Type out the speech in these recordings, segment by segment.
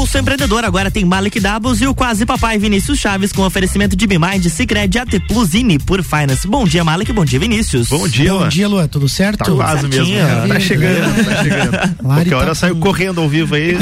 Pulso Empreendedor agora tem Malik Doubles e o Quase Papai Vinícius Chaves com oferecimento de BeMind, Sicredi, AT Plus e Nipur Finance. Bom dia, Malik, bom dia, Vinícius. Bom dia, Luan, tudo certo? Tá quase mesmo, tá chegando. Qualquer hora eu saio correndo ao vivo aí.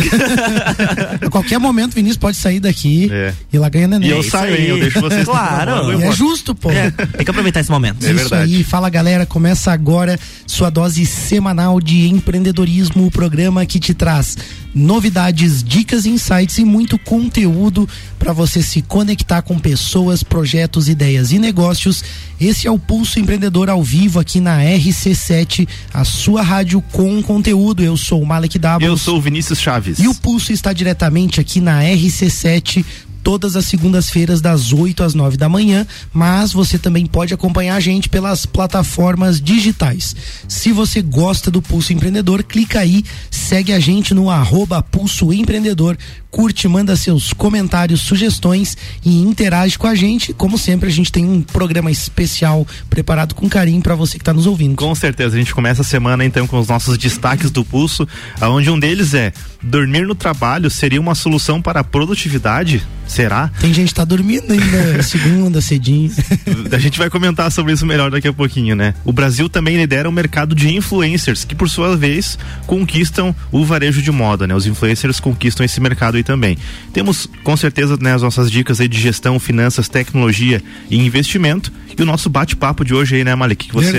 A qualquer momento o Vinícius pode sair daqui e lá ganha neném. E eu saio, eu deixo vocês. Claro. É justo, pô. Tem que aproveitar esse momento. É verdade. Isso aí, fala galera, começa agora sua dose semanal de empreendedorismo, o programa que te traz novidades, dicas, insights e muito conteúdo para você se conectar com pessoas, projetos, ideias e negócios. Esse é o Pulso Empreendedor ao vivo aqui na RC7, a sua rádio com conteúdo. Eu sou o Malik Doubles. Eu sou o Vinícius Chaves. E o Pulso está diretamente aqui na RC7, todas as segundas-feiras das 8 às 9 da manhã, mas você também pode acompanhar a gente pelas plataformas digitais. Se você gosta do Pulso Empreendedor, clica aí, segue a gente no @Pulso Empreendedor, curte, manda seus comentários, sugestões e interage com a gente. Como sempre, a gente tem um programa especial preparado com carinho para você que está nos ouvindo. Com certeza, a gente começa a semana então com os nossos destaques do Pulso, onde um deles é: dormir no trabalho seria uma solução para a produtividade? Será? Tem gente que tá dormindo ainda segunda, cedinho. A gente vai comentar sobre isso melhor daqui a pouquinho, né? O Brasil também lidera o mercado de influencers, que por sua vez conquistam o varejo de moda, né? Os influencers conquistam esse mercado aí também. Temos com certeza, né, as nossas dicas aí de gestão, finanças, tecnologia e investimento, e o nosso bate-papo de hoje aí, né, Malik? Que você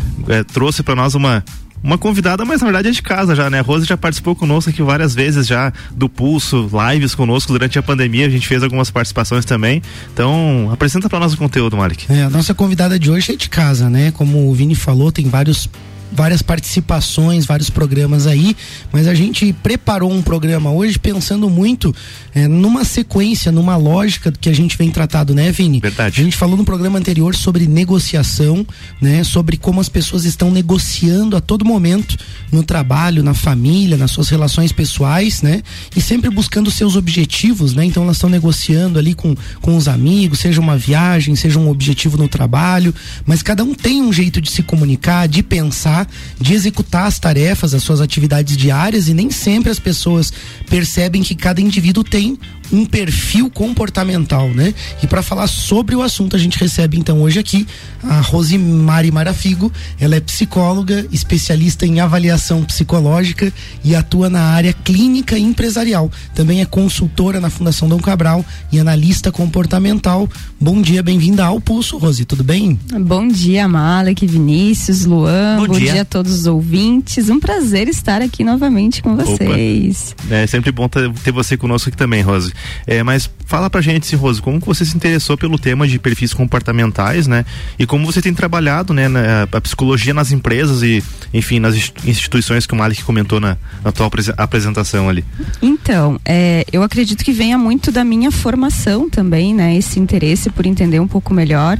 trouxe para nós uma convidada, mas na verdade é de casa já, né? A Rose já participou conosco aqui várias vezes já do Pulso, lives conosco durante a pandemia, a gente fez algumas participações também. Então, apresenta para nós o conteúdo, Malik. A nossa convidada de hoje é de casa, né? Como o Vini falou, tem várias participações, vários programas aí, mas a gente preparou um programa hoje pensando muito numa sequência, numa lógica que a gente vem tratado, né, Vini? Verdade. A gente falou no programa anterior sobre negociação, né? Sobre como as pessoas estão negociando a todo momento no trabalho, na família, nas suas relações pessoais, né? E sempre buscando seus objetivos, né? Então elas estão negociando ali com os amigos, seja uma viagem, seja um objetivo no trabalho, mas cada um tem um jeito de se comunicar, de pensar, de executar as tarefas, as suas atividades diárias, e nem sempre as pessoas percebem que cada indivíduo tem um perfil comportamental, né? E para falar sobre o assunto, a gente recebe então hoje aqui a Rosimari Marafigo. Ela é psicóloga, especialista em avaliação psicológica e atua na área clínica e empresarial. Também é consultora na Fundação Dom Cabral e analista comportamental. Bom dia, bem-vinda ao Pulso, Rosi, tudo bem? Bom dia, Malek, Vinícius, Luan, bom dia a todos os ouvintes, um prazer estar aqui novamente com vocês. Opa. É sempre bom ter você conosco aqui também, Rosi. Mas fala pra gente, Rosi, como que você se interessou pelo tema de perfis comportamentais, né? E como você tem trabalhado, né, a psicologia nas empresas e, enfim, nas instituições que o Malik comentou na tua apresentação ali. Então, eu acredito que venha muito da minha formação também, né? Esse interesse por entender um pouco melhor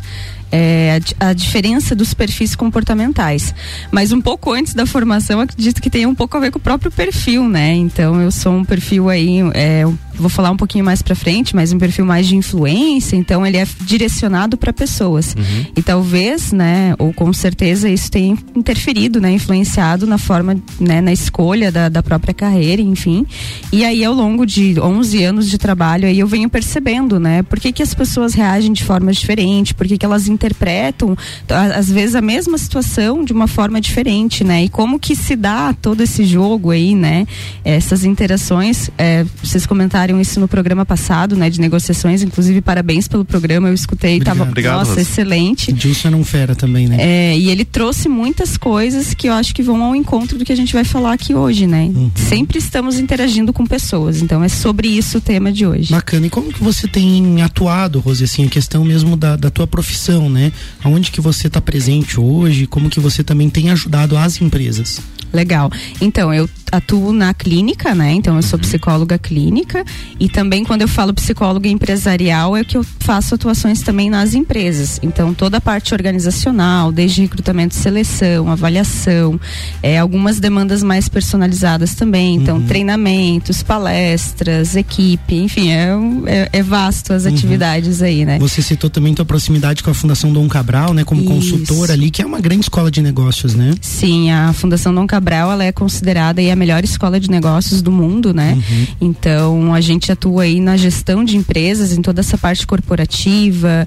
a diferença dos perfis comportamentais. Mas um pouco antes da formação, acredito que tem um pouco a ver com o próprio perfil, né? Então eu sou um perfil aí, vou falar um pouquinho mais pra frente, mas um perfil mais de influência, então ele é direcionado para pessoas. E talvez, né, ou com certeza isso tenha interferido, né, influenciado na forma, né, na escolha da própria carreira, enfim. E aí ao longo de 11 anos de trabalho aí eu venho percebendo, né, por que as pessoas reagem de forma diferente, por que elas interpretam às vezes a mesma situação de uma forma diferente, né? E como que se dá todo esse jogo aí, né? Essas interações, vocês comentaram isso no programa passado, né? De negociações, inclusive parabéns pelo programa, eu escutei, Obrigado, nossa, excelente. Dilson era um fera também, né? E ele trouxe muitas coisas que eu acho que vão ao encontro do que a gente vai falar aqui hoje, né? Sempre estamos interagindo com pessoas, então é sobre isso o tema de hoje. Bacana. E como que você tem atuado, Rosi, assim, a questão mesmo da tua profissão, né? Aonde que você está presente hoje, como que você também tem ajudado as empresas? Legal. Então, eu atuo na clínica, né? Então, eu sou psicóloga clínica e também quando eu falo psicóloga empresarial é que eu faço atuações também nas empresas. Então, toda a parte organizacional, desde recrutamento e seleção, avaliação, algumas demandas mais personalizadas também. Então, treinamentos, palestras, equipe, enfim, é vasto as atividades aí, né? Você citou também tua proximidade com a Fundação Dom Cabral, né? Como consultora ali, que é uma grande escola de negócios, né? Sim, a Fundação Dom Cabral, ela é considerada aí a melhor escola de negócios do mundo, né? Então, gente atua aí na gestão de empresas, em toda essa parte corporativa.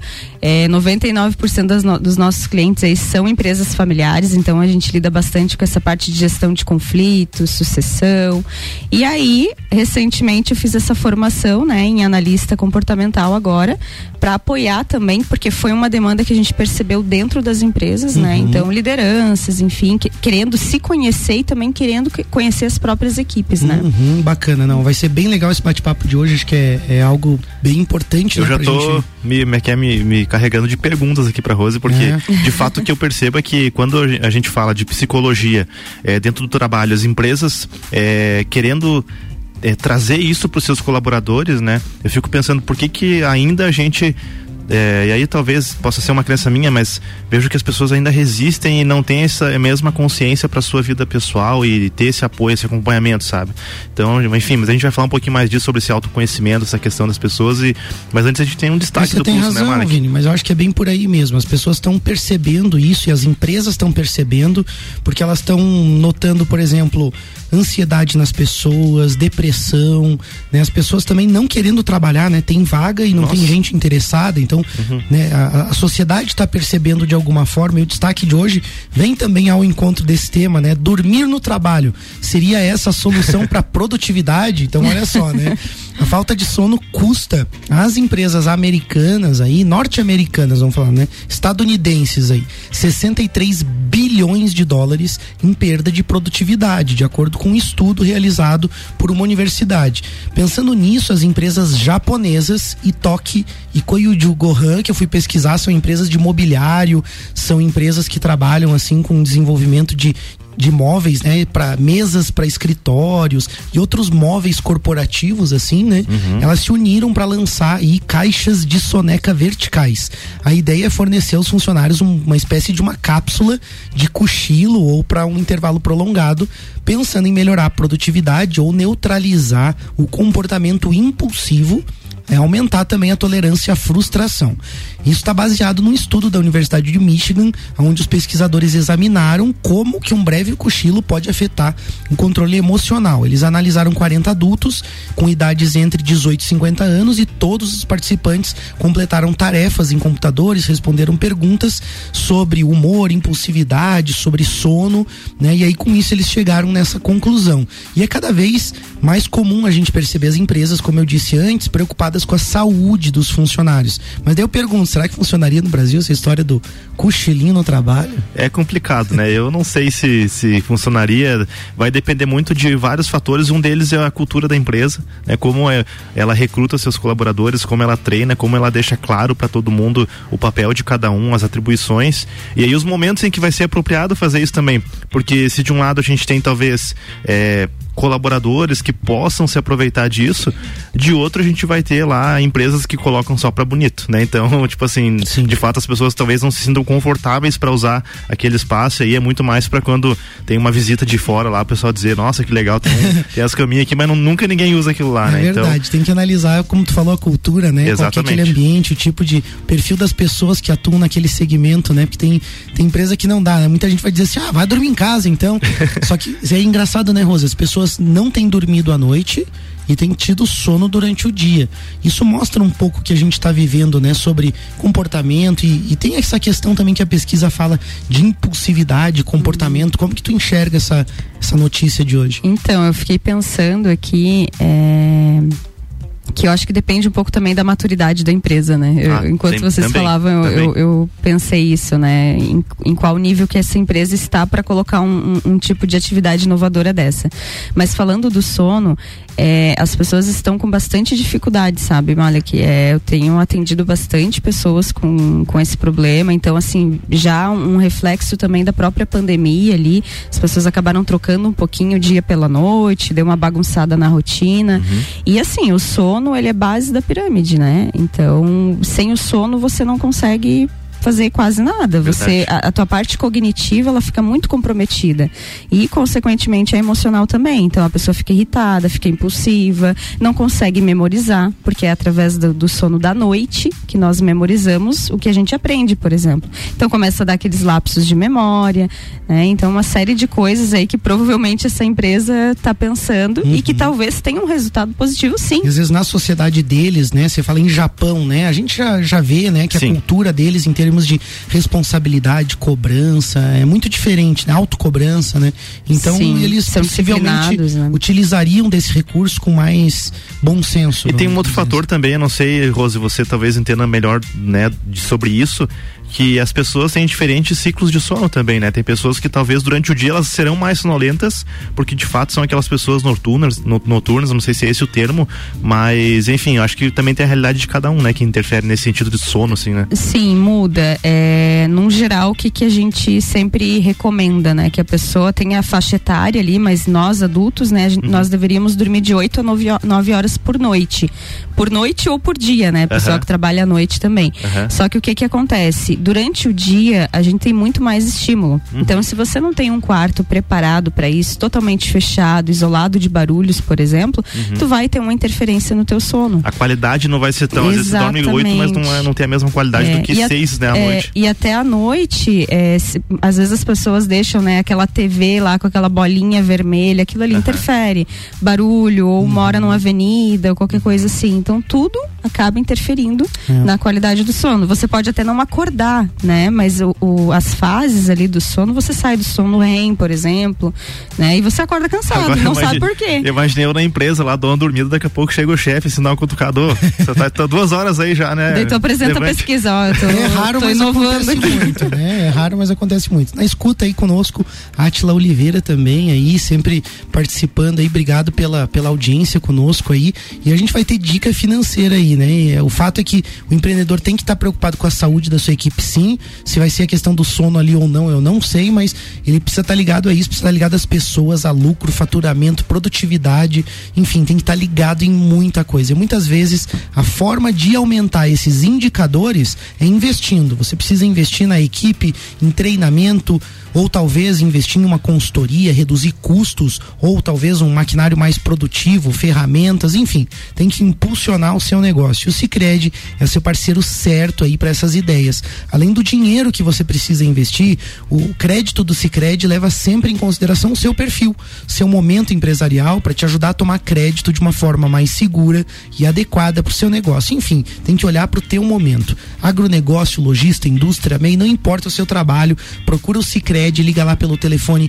99% dos nossos clientes aí são empresas familiares, então a gente lida bastante com essa parte de gestão de conflitos, sucessão. E aí, recentemente eu fiz essa formação, né, em analista comportamental agora, para apoiar também, porque foi uma demanda que a gente percebeu dentro das empresas, né? Então, lideranças, enfim, querendo se conhecer e também querendo conhecer as próprias equipes, né? Bacana, não, vai ser bem legal esse bate-papo de hoje, acho que é algo bem importante. Eu já tô me carregando de perguntas aqui pra Rose, porque de fato o que eu percebo é que quando a gente fala de psicologia dentro do trabalho, as empresas querendo trazer isso para os seus colaboradores, né? Eu fico pensando por que ainda a gente e aí talvez possa ser uma crença minha, mas vejo que as pessoas ainda resistem e não têm essa mesma consciência para sua vida pessoal e ter esse apoio, esse acompanhamento, sabe? Então, enfim, mas a gente vai falar um pouquinho mais disso, sobre esse autoconhecimento, essa questão das pessoas, mas antes a gente tem um destaque do curso, razão, né, Malik? Vini, mas eu acho que é bem por aí mesmo, as pessoas estão percebendo isso e as empresas estão percebendo, porque elas estão notando, por exemplo, ansiedade nas pessoas, depressão, né? As pessoas também não querendo trabalhar, né? Tem vaga e não tem gente interessada, então né, a sociedade está percebendo de alguma forma, e o destaque de hoje vem também ao encontro desse tema, né? Dormir no trabalho, seria essa a solução para produtividade? Então olha só, né? A falta de sono custa às empresas americanas aí, norte-americanas, vamos falar, né? Estadunidenses aí, 63 bilhões de dólares em perda de produtividade, de acordo com um estudo realizado por uma universidade. Pensando nisso, as empresas japonesas, Itoki e Koyuju Gohan, que eu fui pesquisar, são empresas de mobiliário, são empresas que trabalham assim com desenvolvimento de móveis, né, para mesas, para escritórios e outros móveis corporativos, assim, né? Elas se uniram para lançar aí caixas de soneca verticais. A ideia é fornecer aos funcionários uma espécie de uma cápsula de cochilo ou para um intervalo prolongado, pensando em melhorar a produtividade ou neutralizar o comportamento impulsivo, aumentar também a tolerância à frustração. Isso está baseado num estudo da Universidade de Michigan, onde os pesquisadores examinaram como que um breve cochilo pode afetar o controle emocional. Eles analisaram 40 adultos com idades entre 18 e 50 anos e todos os participantes completaram tarefas em computadores, responderam perguntas sobre humor, impulsividade, sobre sono, né? E aí com isso eles chegaram nessa conclusão. E é cada vez mais comum a gente perceber as empresas, como eu disse antes, preocupadas com a saúde dos funcionários. Mas daí eu pergunto, será que funcionaria no Brasil essa história do cochilinho no trabalho? É complicado, né? Eu não sei se funcionaria, vai depender muito de vários fatores, um deles é a cultura da empresa, né? Como ela recruta seus colaboradores, como ela treina, como ela deixa claro para todo mundo o papel de cada um, as atribuições, e aí os momentos em que vai ser apropriado fazer isso também, porque se de um lado a gente tem talvez colaboradores que possam se aproveitar disso, de outro a gente vai ter lá empresas que colocam só pra bonito, né? Então, tipo assim, de fato as pessoas talvez não se sintam confortáveis para usar aquele espaço, e aí é muito mais para quando tem uma visita de fora lá, o pessoal dizer, nossa, que legal, tem as caminhas aqui, mas nunca ninguém usa aquilo lá, né? É verdade, então, tem que analisar, como tu falou, a cultura, né? Exatamente. Qual que é aquele ambiente, o tipo de perfil das pessoas que atuam naquele segmento, né? Porque tem empresa que não dá, né? Muita gente vai dizer assim, vai dormir em casa, então. Só que é engraçado, né, Rosa? As pessoas não têm dormido à noite e têm tido sono durante o dia. Isso mostra um pouco o que a gente está vivendo, né? Sobre comportamento e tem essa questão também que a pesquisa fala de impulsividade, comportamento. Como que tu enxerga essa notícia de hoje? Então, eu fiquei pensando aqui, que eu acho que depende um pouco também da maturidade da empresa, né? Enquanto vocês falavam, eu pensei isso, né? Em qual nível que essa empresa está para colocar um tipo de atividade inovadora dessa. Mas falando do sono, as pessoas estão com bastante dificuldade, sabe, Malik? Eu tenho atendido bastante pessoas com esse problema, então assim, já um reflexo também da própria pandemia ali, as pessoas acabaram trocando um pouquinho o dia pela noite, deu uma bagunçada na rotina, e assim, o sono, ele é base da pirâmide, né? Então, sem o sono você não consegue fazer quase nada. A tua parte cognitiva, ela fica muito comprometida e consequentemente a emocional também. Então a pessoa fica irritada, fica impulsiva, não consegue memorizar, porque é através do sono da noite que nós memorizamos o que a gente aprende, por exemplo. Então começa a dar aqueles lapsos de memória, né? Então uma série de coisas aí que provavelmente essa empresa está pensando e que talvez tenha um resultado positivo, sim. E às vezes na sociedade deles, né? Você fala em Japão, né? A gente já vê, né? Que a cultura deles em termos de responsabilidade, cobrança, é muito diferente, né? Autocobrança, né? Então eles possivelmente, né, utilizariam desse recurso com mais bom senso. E tem um outro fator também, eu não sei, Rose, você talvez entenda melhor, né, sobre isso, que as pessoas têm diferentes ciclos de sono também, né? Tem pessoas que talvez durante o dia elas serão mais sonolentas, porque de fato são aquelas pessoas noturnas, não sei se é esse o termo, mas enfim, eu acho que também tem a realidade de cada um, né? Que interfere nesse sentido de sono, assim, né? Sim, muda. Num geral, o que a gente sempre recomenda, né? Que a pessoa tenha a faixa etária ali, mas nós adultos, né? Nós deveríamos dormir de 8 a 9 horas por noite. Por noite ou por dia, né? Pessoal que trabalha à noite também. Só que o que acontece? Durante o dia, a gente tem muito mais estímulo. Então, se você não tem um quarto preparado para isso, totalmente fechado, isolado de barulhos, por exemplo, tu vai ter uma interferência no teu sono. A qualidade não vai ser tão... Às vezes você dorme 8, mas não tem a mesma qualidade do que 6, né, à noite. E até à noite, às vezes as pessoas deixam, né, aquela TV lá com aquela bolinha vermelha, aquilo ali interfere. Barulho, ou mora numa avenida, ou qualquer coisa assim. Então, tudo acaba interferindo na qualidade do sono. Você pode até não acordar, né? Mas as fases ali do sono, você sai do sono REM, por exemplo, né? E você acorda cansado, agora, não sabe por quê. Imaginei eu na empresa lá, dona dormida, daqui a pouco chega o chefe, sinal o cutucador. Você tá 2 horas aí já, né? Daí tu apresenta a pesquisa, ó. É raro, mas acontece muito, né? É raro, mas acontece muito. Na escuta aí conosco, Átila Oliveira também aí, sempre participando aí, obrigado pela audiência conosco aí, e a gente vai ter dica financeira aí, né? E o fato é que o empreendedor tem que estar preocupado com a saúde da sua equipe, sim. Se vai ser a questão do sono ali ou não, eu não sei, mas ele precisa estar ligado a isso, precisa estar ligado às pessoas, a lucro, faturamento, produtividade, enfim, tem que estar ligado em muita coisa. E muitas vezes a forma de aumentar esses indicadores é investindo. Você precisa investir na equipe, em treinamento, ou talvez investir em uma consultoria, reduzir custos, ou talvez um maquinário mais produtivo, ferramentas, enfim, tem que impulsionar o seu negócio. O Sicredi é seu parceiro certo aí para essas ideias. Além do dinheiro que você precisa investir, o crédito do Sicredi leva sempre em consideração o seu perfil, seu momento empresarial, para te ajudar a tomar crédito de uma forma mais segura e adequada para o seu negócio. Enfim, tem que olhar para o teu momento. Agronegócio, lojista, indústria, MEI, não importa o seu trabalho, procura o Sicredi, liga lá pelo telefone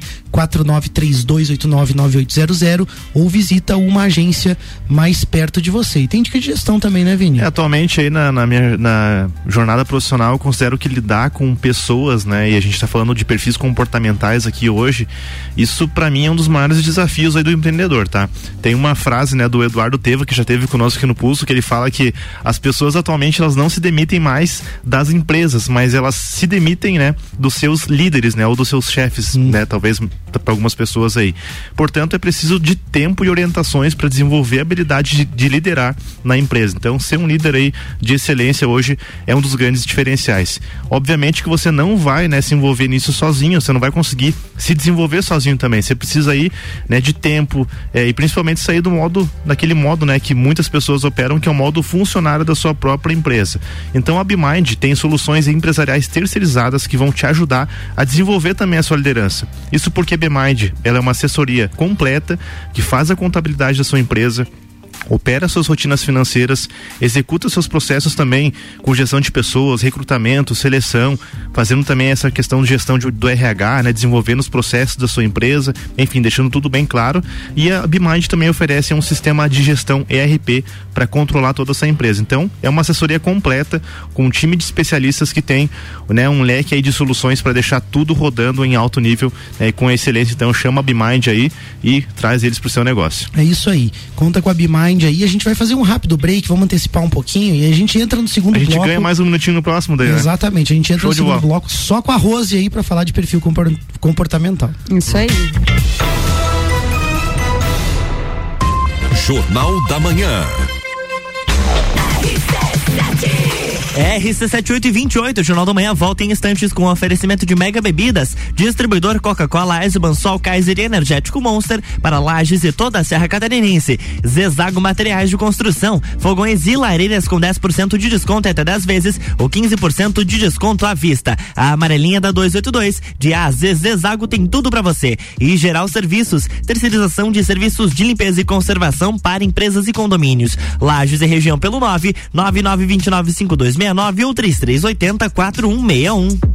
4932899800 ou visita uma agência mais perto de você. E tem dica de gestão também, né, Vini? Atualmente aí na minha jornada profissional, eu considero que lidar com pessoas, né, e a gente está falando de perfis comportamentais aqui hoje, isso para mim é um dos maiores desafios aí do empreendedor, tá? Tem uma frase, né, do Eduardo Teva, que já esteve conosco aqui no Pulso, que ele fala que as pessoas atualmente elas não se demitem mais das empresas, mas elas se demitem, né, dos seus líderes, né, ou dos seus chefes, né, talvez para algumas pessoas aí. Portanto, é preciso de tempo e orientações para desenvolver a habilidade de liderar na empresa. Então, ser um líder aí de excelência hoje é um dos grandes diferenciais. Obviamente que você não vai, né, se envolver nisso sozinho, você não vai conseguir se desenvolver sozinho também. Você precisa aí, né, de tempo e principalmente sair daquele modo, né, que muitas pessoas operam, que é o modo funcionário da sua própria empresa. Então, a BeMind tem soluções empresariais terceirizadas que vão te ajudar a desenvolver também a sua liderança. Isso porque a BeMind, ela é uma assessoria completa que faz a contabilidade da sua empresa, opera suas rotinas financeiras, executa seus processos também com gestão de pessoas, recrutamento, seleção, fazendo também essa questão de gestão do RH, né, desenvolvendo os processos da sua empresa, enfim, deixando tudo bem claro. E a BeMind também oferece um sistema de gestão ERP para controlar toda essa empresa. Então, é uma assessoria completa com um time de especialistas que tem, né, um leque aí de soluções para deixar tudo rodando em alto nível, né, com excelência. Então, chama a BeMind aí e traz eles pro seu negócio. É isso aí. Conta com a BeMind aí. A gente vai fazer um rápido break, vamos antecipar um pouquinho e a gente entra no segundo bloco. A gente ganha mais um minutinho no próximo daí, né? Exatamente, a gente entra no segundo bloco só com a Rose aí pra falar de perfil comportamental. Isso aí. Jornal da Manhã. RC7828, o Jornal da Manhã volta em instantes com oferecimento de Mega Bebidas, distribuidor Coca-Cola, Eisenbahn, Sol, Kaiser e Energético Monster para Lages e toda a Serra Catarinense. Zezago Materiais de Construção, fogões e lareiras com 10% de desconto até 10 vezes ou 15% de desconto à vista. A amarelinha da 282, de A a Z, Zezago tem tudo para você. E Geral Serviços, terceirização de serviços de limpeza e conservação para empresas e condomínios. Lages e região pelo 999295269 ou 3380-4161.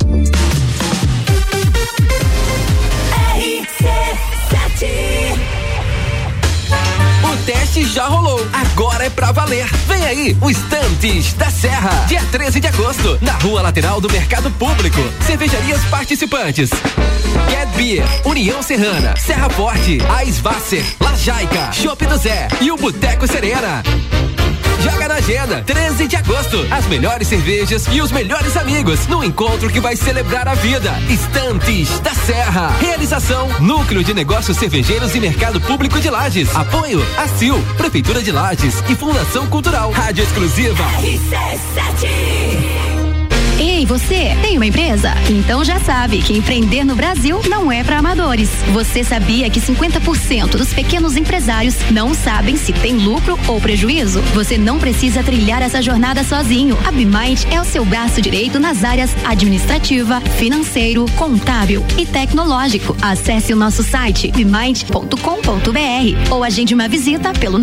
O teste já rolou, agora é pra valer. Vem aí, o Estantes da Serra, dia 13 de agosto, na rua lateral do Mercado Público. Cervejarias participantes: Get Beer, União Serrana, Serra Forte, Aisvasser, La Jaica, Chopp do Zé e o Boteco Serena. Joga na agenda, 13 de agosto, as melhores cervejas e os melhores amigos no encontro que vai celebrar a vida. Estantes da Serra. Realização: Núcleo de Negócios Cervejeiros e Mercado Público de Lages. Apoio: ACIL, Prefeitura de Lages e Fundação Cultural. Rádio exclusiva RC7. Ei, você tem uma empresa? Então já sabe que empreender no Brasil não é para amadores. Você sabia que 50% dos pequenos empresários não sabem se tem lucro ou prejuízo? Você não precisa trilhar essa jornada sozinho. A BeMind é o seu braço direito nas áreas administrativa, financeiro, contábil e tecnológico. Acesse o nosso site bemind.com.br ou agende uma visita pelo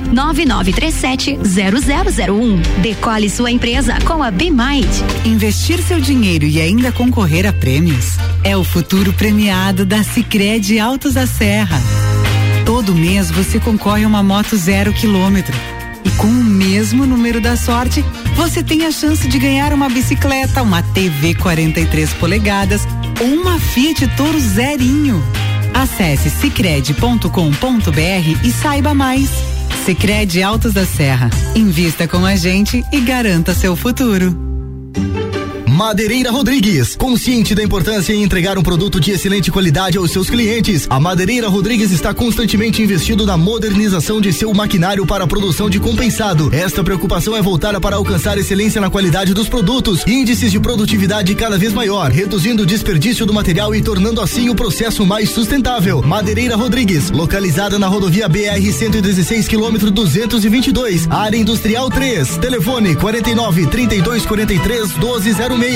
99937-0001. Decole sua empresa com a BeMind. Investir seu dinheiro e ainda concorrer a prêmios é o futuro premiado da Sicredi Altos da Serra. Todo mês você concorre a uma moto 0 quilômetro e com o mesmo número da sorte você tem a chance de ganhar uma bicicleta, uma TV 43 polegadas ou uma Fiat Toro zerinho. Acesse sicredi.com.br e saiba mais. Sicredi Altos da Serra. Invista com a gente e garanta seu futuro. Madeireira Rodrigues, consciente da importância em entregar um produto de excelente qualidade aos seus clientes, a Madeireira Rodrigues está constantemente investindo na modernização de seu maquinário para a produção de compensado. Esta preocupação é voltada para alcançar excelência na qualidade dos produtos, índices de produtividade cada vez maior, reduzindo o desperdício do material e tornando assim o processo mais sustentável. Madeireira Rodrigues, localizada na rodovia BR-116 km 222, área industrial 3, telefone 49-3243-1206.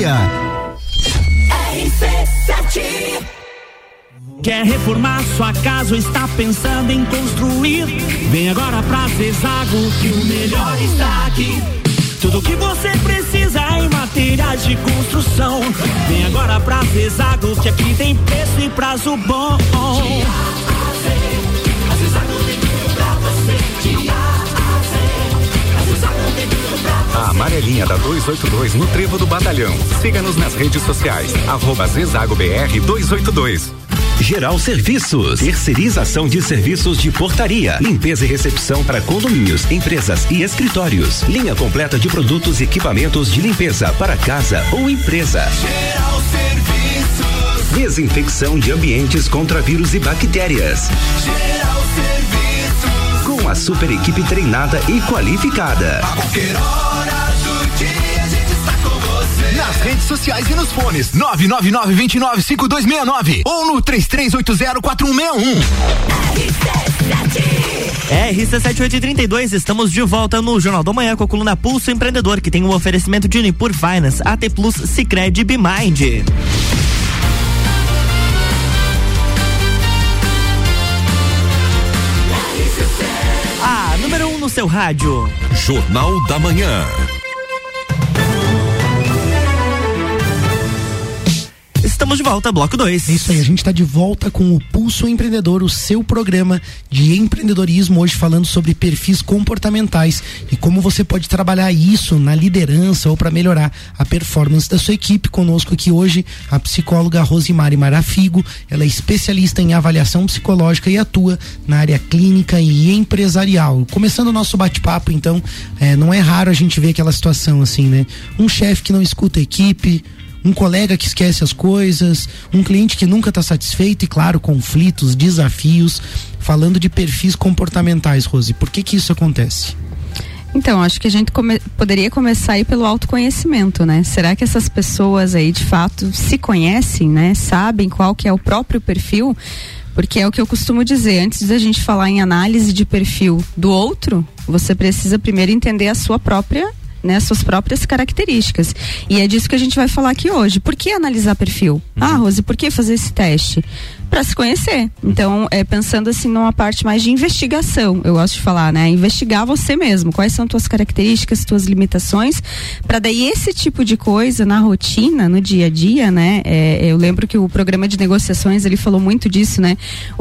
RC7. Quer reformar sua casa ou está pensando em construir? Vem agora pra Zezago que o melhor está aqui. Tudo que você precisa em materiais de construção. Vem agora pra Zezago que aqui tem preço e prazo bom. De A a Z, a Zezago tem tudo pra você. De A a Z, a Zezago tem tudo pra você. A amarelinha da 282 no Trevo do Batalhão. Siga-nos nas redes sociais. @ZezagoBR 282. Geral Serviços, terceirização de serviços de portaria, limpeza e recepção para condomínios, empresas e escritórios. Linha completa de produtos e equipamentos de limpeza para casa ou empresa. Geral Serviços. Desinfecção de ambientes contra vírus e bactérias. Geral Serviços. Com a super equipe treinada e qualificada. A qualquer hora do dia a gente está com você. Nas redes sociais e nos fones 999-295269 ou no 33804161. RC7832, estamos de volta no Jornal da Manhã com a coluna Pulso Empreendedor, que tem um oferecimento de Unipur Finance, AT Plus, Sicredi e BeMind. A número 1 no seu rádio. Jornal da Manhã. Estamos de volta, bloco 2. É isso aí, a gente está de volta com o Pulso Empreendedor, o seu programa de empreendedorismo, hoje falando sobre perfis comportamentais e como você pode trabalhar isso na liderança ou para melhorar a performance da sua equipe. Conosco aqui hoje a psicóloga Rosimari Marafigo, ela é especialista em avaliação psicológica e atua na área clínica e empresarial. Começando o nosso bate-papo, então, não é raro a gente ver aquela situação assim, né? Um chefe que não escuta a equipe, um colega que esquece as coisas, um cliente que nunca está satisfeito e, claro, conflitos, desafios. Falando de perfis comportamentais, Rose, por que isso acontece? Então, acho que a gente poderia começar aí pelo autoconhecimento, né? Será que essas pessoas aí, de fato, se conhecem, né? Sabem qual que é o próprio perfil? Porque é o que eu costumo dizer, antes da gente falar em análise de perfil do outro, você precisa primeiro entender a sua própria, né, suas próprias características. E é disso que a gente vai falar aqui hoje. Por que analisar perfil? Rose, por que fazer esse teste? Para se conhecer. Então, pensando assim numa parte mais de investigação, eu gosto de falar, né? Investigar você mesmo, quais são tuas características, tuas limitações, para daí esse tipo de coisa na rotina, no dia a dia, né? Eu lembro que o programa de negociações, ele falou muito disso, né? O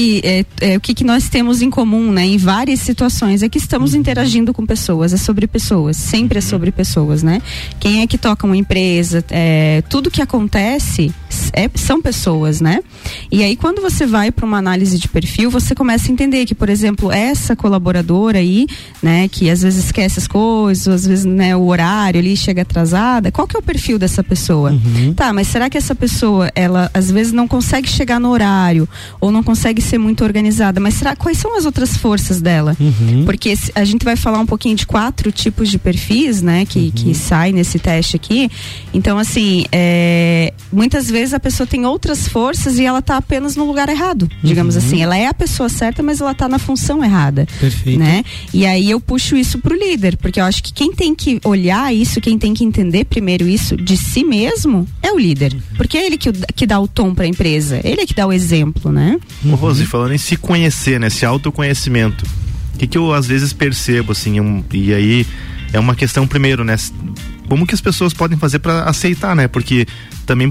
que nós temos em comum, né? Em várias situações, é que estamos interagindo com pessoas, é sobre pessoas, sempre é sobre pessoas, né? Quem é que toca uma empresa, tudo que acontece são pessoas, né? E aí, quando você vai para uma análise de perfil, você começa a entender que, por exemplo, essa colaboradora aí, né, que às vezes esquece as coisas, às vezes, né, o horário ali chega atrasada, qual que é o perfil dessa pessoa? Tá, mas será que essa pessoa, ela às vezes não consegue chegar no horário, ou não consegue ser muito organizada, mas quais são as outras forças dela? Porque a gente vai falar um pouquinho de 4 tipos de perfis, né, que sai nesse teste aqui. Então, assim, muitas vezes a pessoa tem outras forças e ela tá apenas no lugar errado, digamos assim. Ela é a pessoa certa, mas ela tá na função errada. Perfeito. Né? E aí eu puxo isso pro líder, porque eu acho que quem tem que olhar isso, quem tem que entender primeiro isso de si mesmo é o líder. Porque é ele que dá o tom pra empresa, ele é que dá o exemplo, né? Rose, falando em se conhecer, né? Esse autoconhecimento, o que eu às vezes percebo, assim, e aí é uma questão primeiro, né? Como que as pessoas podem fazer para aceitar, né? Porque também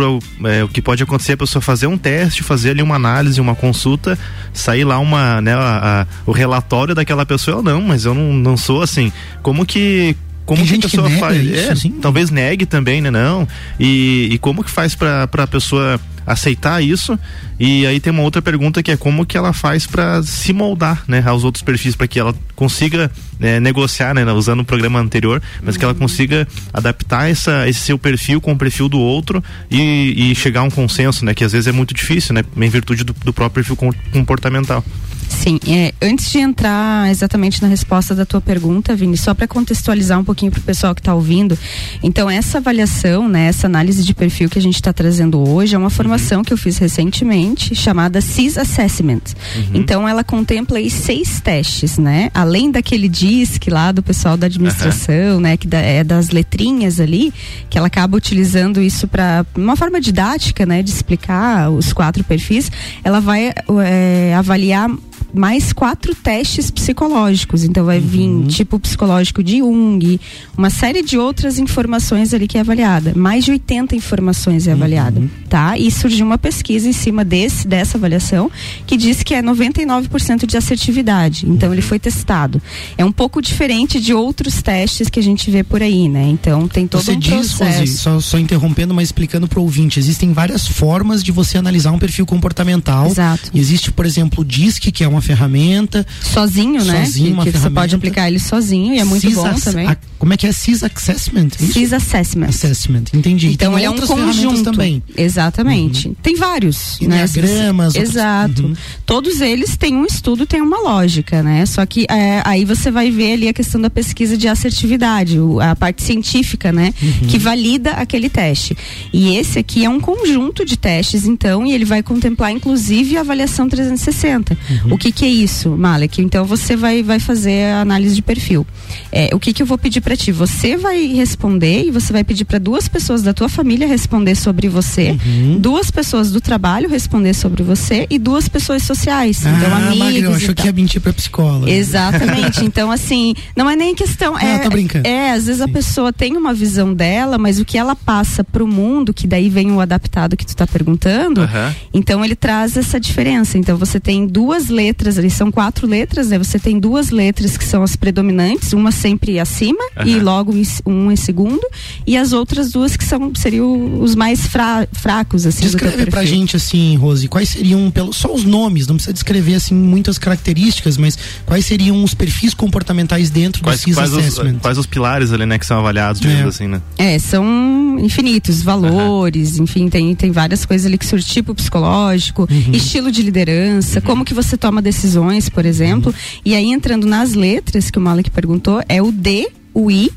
o que pode acontecer é a pessoa fazer um teste, fazer ali uma análise, uma consulta, sair lá o relatório daquela pessoa, não, mas eu não sou assim. Como que a pessoa faz? Isso, assim? Talvez negue também, né? Não. E como que faz pra pessoa aceitar isso? E aí tem uma outra pergunta que é como que ela faz para se moldar, né, aos outros perfis, para que ela consiga negociar, né, usando o programa anterior, mas que ela consiga adaptar esse seu perfil com o perfil do outro e chegar a um consenso, né, que às vezes é muito difícil, né, em virtude do próprio perfil comportamental. Sim, antes de entrar exatamente na resposta da tua pergunta, Vini, só para contextualizar um pouquinho pro pessoal que está ouvindo, então essa avaliação, né, essa análise de perfil que a gente está trazendo hoje é uma formação que eu fiz recentemente, chamada CIS Assessment. Então ela contempla aí 6 testes, né, além daquele DISC lá do pessoal da administração, né, que é das letrinhas ali, que ela acaba utilizando isso para uma forma didática, né, de explicar os 4 perfis. Ela vai avaliar mais 4 testes psicológicos, então vai vir tipo psicológico de Jung, uma série de outras informações ali que é avaliada, mais de 80 informações é avaliada, tá? E surgiu uma pesquisa em cima dessa avaliação que diz que é 99% de assertividade, então ele foi testado. É um pouco diferente de outros testes que a gente vê por aí, né? Então tem todo um processo. Rose, só interrompendo, mas explicando para o ouvinte, existem várias formas de você analisar um perfil comportamental. Exato. Existe, por exemplo, o DISC, que é uma ferramenta. Sozinho, né? Que você pode aplicar ele sozinho e é muito bom também. Como é que é? CIS Assessment? CIS Assessment. Entendi. Então ele é um conjunto também. Exatamente. Tem vários, né? Diagramas. Exato. Todos eles têm um estudo, têm uma lógica, né? Só que aí você vai ver ali a questão da pesquisa de assertividade, a parte científica, né? Que valida aquele teste. E esse aqui é um conjunto de testes, então, e ele vai contemplar inclusive a avaliação 360. O que é isso, Malek? Então você vai fazer a análise de perfil. O que eu vou pedir para ti? Você vai responder e você vai pedir para 2 pessoas da tua família responder sobre você, 2 pessoas do trabalho responder sobre você e 2 pessoas sociais. Então, amigos. Magno, eu achou que ia mentir pra psicóloga. Exatamente. Então, assim, não é nem questão. Tô brincando. Às vezes a pessoa tem uma visão dela, mas o que ela passa pro mundo, que daí vem o adaptado que tu tá perguntando, então ele traz essa diferença. Então você tem 2 letras, ali são 4 letras, né? Você tem 2 letras que são as predominantes, uma sempre acima e logo um em segundo, e as outras 2 que seriam os mais fracos, assim. Descreve pra gente, assim, Rose, quais seriam, só os nomes, não precisa descrever, assim, muitas características, mas quais seriam os perfis comportamentais dentro do CIS Assessment? Quais os pilares ali, né, que são avaliados, digamos assim, né? São infinitos, valores, enfim, tem várias coisas ali que surgem, tipo psicológico, estilo de liderança, como que você toma decisões, por exemplo. E aí, entrando nas letras que o Malek perguntou, é o D, o I,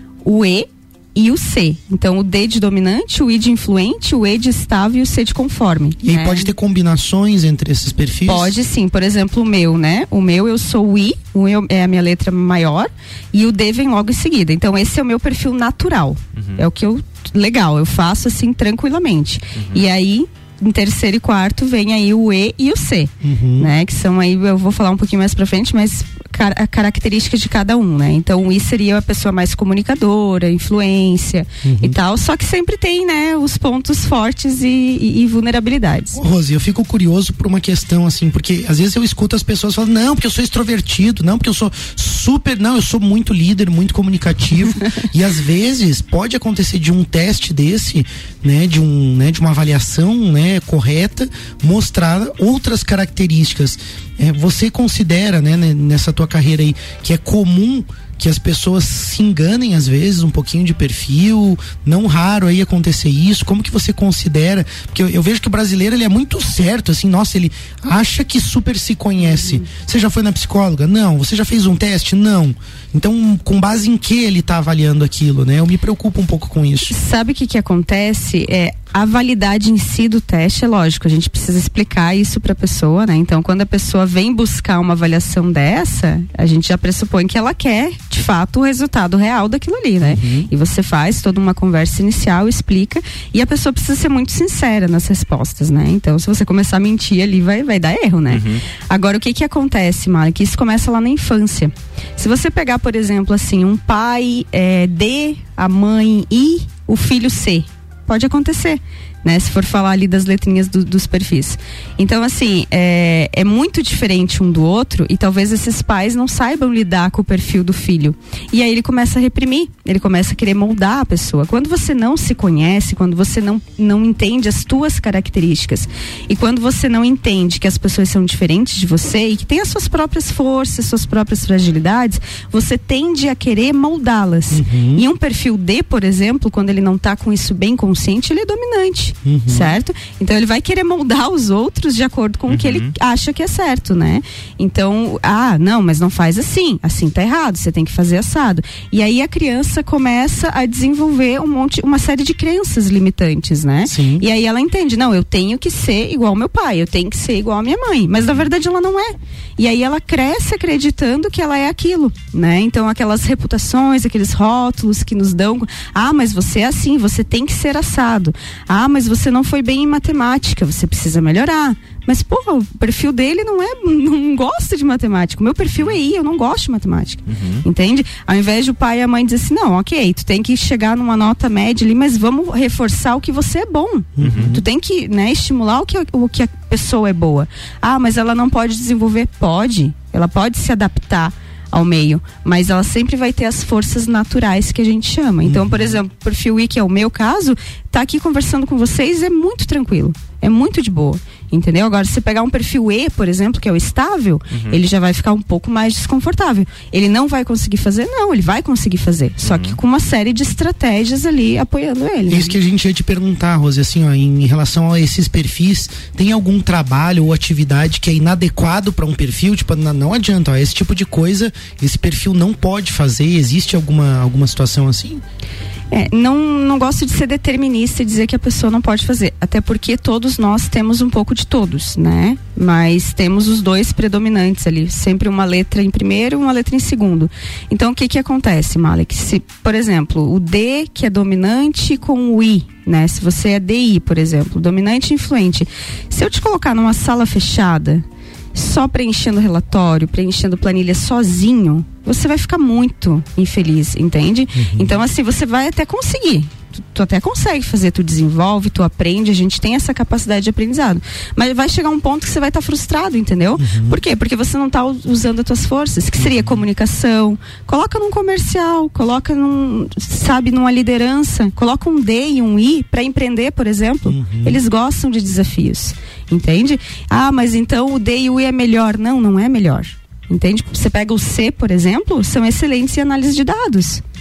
o E e o C. Então, o D de dominante, o I de influente, o E de estável e o C de conforme. E aí pode ter combinações entre esses perfis? Pode sim. Por exemplo, o meu, né? O meu, eu sou o I, o I é a minha letra maior e o D vem logo em seguida. Então, esse é o meu perfil natural. É o que legal, eu faço assim tranquilamente. E aí, em terceiro e quarto, vem aí o E e o C, né? Que são aí, eu vou falar um pouquinho mais pra frente, mas características de cada um, né? Então, o I seria a pessoa mais comunicadora, influência e tal, só que sempre tem, né, os pontos fortes e vulnerabilidades. Rose, eu fico curioso por uma questão assim, porque às vezes eu escuto as pessoas falando, não, porque eu sou extrovertido, não, porque eu sou eu sou muito líder, muito comunicativo, e às vezes pode acontecer de um teste desse, né, de uma avaliação, né, correta, mostrar outras características. Você considera, né, nessa tua carreira aí, que é comum que as pessoas se enganem às vezes um pouquinho de perfil, não raro aí acontecer isso? Como que você considera? Porque eu vejo que o brasileiro, ele é muito certo, assim, nossa, ele acha que super se conhece. Você já foi na psicóloga? Não. Você já fez um teste? Não. Então, com base em que ele tá avaliando aquilo, né? Eu me preocupo um pouco com isso. Sabe o que acontece? A validade em si do teste, é lógico, a gente precisa explicar isso pra pessoa, né? Então, quando a pessoa vem buscar uma avaliação dessa, a gente já pressupõe que ela quer, de fato, o resultado real daquilo ali, né? E você faz toda uma conversa inicial, explica, e a pessoa precisa ser muito sincera nas respostas, né? Então, se você começar a mentir ali, vai dar erro, né? Agora, o que acontece, Mara? Que isso começa lá na infância. Se você pegar, por exemplo, assim, um pai D, a mãe I, o filho C, pode acontecer, né? Se for falar ali das letrinhas dos perfis. Então, assim, é muito diferente um do outro, e talvez esses pais não saibam lidar com o perfil do filho. E aí ele começa a reprimir, ele começa a querer moldar a pessoa. Quando você não se conhece, quando você não entende as tuas características, e quando você não entende que as pessoas são diferentes de você e que tem as suas próprias forças, suas próprias fragilidades, você tende a querer moldá-las. E um perfil D, por exemplo, quando ele não tá com isso bem consciente, ele é dominante. Certo? Então ele vai querer moldar os outros de acordo com o que ele acha que é certo, né? Então, não, mas não faz assim tá errado, você tem que fazer assado. E aí a criança começa a desenvolver uma série de crenças limitantes, né? Sim. E aí ela entende, não, eu tenho que ser igual ao meu pai, eu tenho que ser igual à minha mãe, mas na verdade ela não é. E aí ela cresce acreditando que ela é aquilo, né? Então aquelas reputações, aqueles rótulos que nos dão, mas você é assim, você tem que ser assado. Mas você não foi bem em matemática, você precisa melhorar. Mas, porra, o perfil dele não gosta de matemática. O meu perfil é I, eu não gosto de matemática. Entende? Ao invés do pai e a mãe dizer assim, não, ok, tu tem que chegar numa nota média ali, mas vamos reforçar o que você é bom. Tu tem que, né, estimular o que a pessoa é boa. Mas ela não pode desenvolver? Pode. Ela pode se adaptar ao meio, mas ela sempre vai ter as forças naturais que a gente chama. Então, por exemplo, o perfil I, que é o meu caso, tá aqui conversando com vocês, é muito tranquilo, é muito de boa, entendeu? Agora, se você pegar um perfil E, por exemplo, que é o estável, ele já vai ficar um pouco mais desconfortável. Ele não vai conseguir fazer? Não, ele vai conseguir fazer, só que com uma série de estratégias ali apoiando ele. Isso que a gente ia te perguntar, Rose, assim, ó, em relação a esses perfis, tem algum trabalho ou atividade que é inadequado para um perfil? Tipo, não adianta, ó, esse tipo de coisa, esse perfil não pode fazer. Existe alguma situação assim? Não gosto de ser determinista e dizer que a pessoa não pode fazer, até porque todos nós temos um pouco de todos, né? Mas temos os dois predominantes ali, sempre uma letra em primeiro e uma letra em segundo. Então o que acontece, Malek? Se, por exemplo, o D, que é dominante, com o I, né? Se você é DI, por exemplo, dominante e influente, se eu te colocar numa sala fechada, só preenchendo relatório, preenchendo planilha sozinho, você vai ficar muito infeliz, entende? Então, assim, você vai até conseguir. Tu até consegue fazer, tu desenvolve, tu aprende, a gente tem essa capacidade de aprendizado. Mas vai chegar um ponto que você vai estar frustrado, entendeu? Por quê? Porque você não está usando as tuas forças, que seria comunicação. Coloca num comercial, coloca numa liderança, coloca um D e um I para empreender, por exemplo. Eles gostam de desafios, entende? Mas então o D e o I é melhor. Não é melhor. Entende? Você pega o C, por exemplo, são excelentes em análise de dados.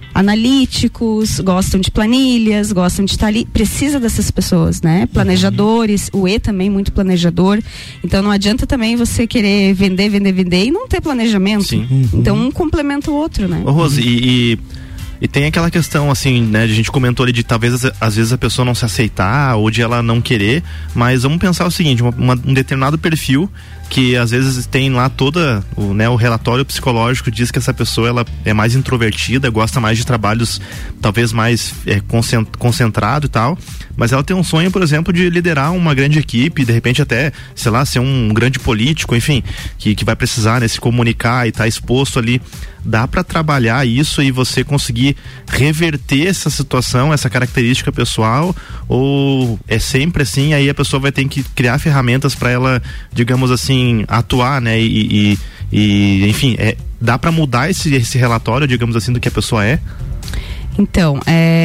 analíticos, gostam de planilhas, gostam de estar ali, precisa dessas pessoas, né? Planejadores, o E também muito planejador, então não adianta também você querer vender e não ter planejamento. Sim. Então um complementa o outro, né? Ô Rose, e tem aquela questão assim, né, a gente comentou ali de talvez às vezes a pessoa não se aceitar ou de ela não querer, mas vamos pensar o seguinte, um determinado perfil que às vezes tem lá toda o relatório psicológico diz que essa pessoa ela é mais introvertida, gosta mais de trabalhos talvez mais concentrado e tal, mas ela tem um sonho, por exemplo, de liderar uma grande equipe, de repente até, sei lá, ser um grande político, enfim, que vai precisar, né, se comunicar e tá exposto ali. Dá para trabalhar isso e você conseguir reverter essa situação, essa característica pessoal, ou é sempre assim, aí a pessoa vai ter que criar ferramentas para ela, digamos assim, atuar, né, e enfim, dá para mudar esse relatório, digamos assim, do que a pessoa é? Então,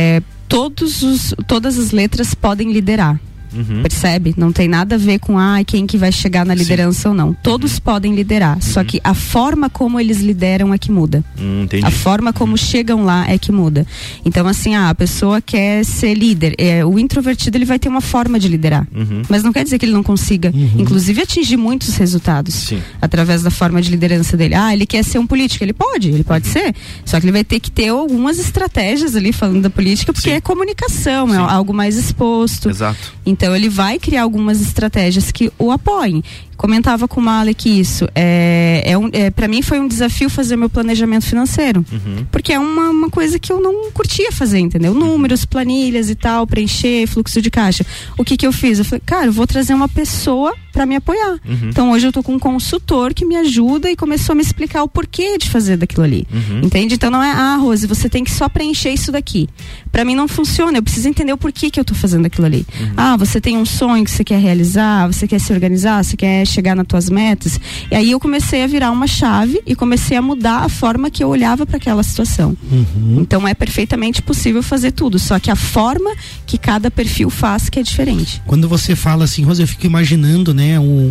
todas as letras podem liderar. Percebe? Não tem nada a ver com quem que vai chegar na liderança ou não. Todos podem liderar, só que a forma como eles lideram é que muda. Entendi. A forma como chegam lá é que muda. Então assim, a pessoa quer ser líder, o introvertido ele vai ter uma forma de liderar, mas não quer dizer que ele não consiga, inclusive atingir muitos resultados através da forma de liderança dele. Ele quer ser um político, ele pode ser, só que ele vai ter que ter algumas estratégias ali falando da política, porque é comunicação, é algo mais exposto. Exato. Então ele vai criar algumas estratégias que o apoiem. Comentava com o Malek isso, para mim foi um desafio fazer meu planejamento financeiro, porque é uma coisa que eu não curtia fazer, entendeu? Números, planilhas e tal, preencher, fluxo de caixa. O que eu fiz? Eu falei, cara, eu vou trazer uma pessoa para me apoiar. Então hoje eu tô com um consultor que me ajuda e começou a me explicar o porquê de fazer daquilo ali, entende? Então não é, Rose, você tem que só preencher isso daqui. Para mim não funciona, eu preciso entender o porquê que eu tô fazendo aquilo ali. Você tem um sonho que você quer realizar, você quer se organizar, você quer chegar nas tuas metas. E aí eu comecei a virar uma chave e comecei a mudar a forma que eu olhava para aquela situação. Então é perfeitamente possível fazer tudo, só que a forma que cada perfil faz que é diferente. Quando você fala assim, Rosa, eu fico imaginando, né,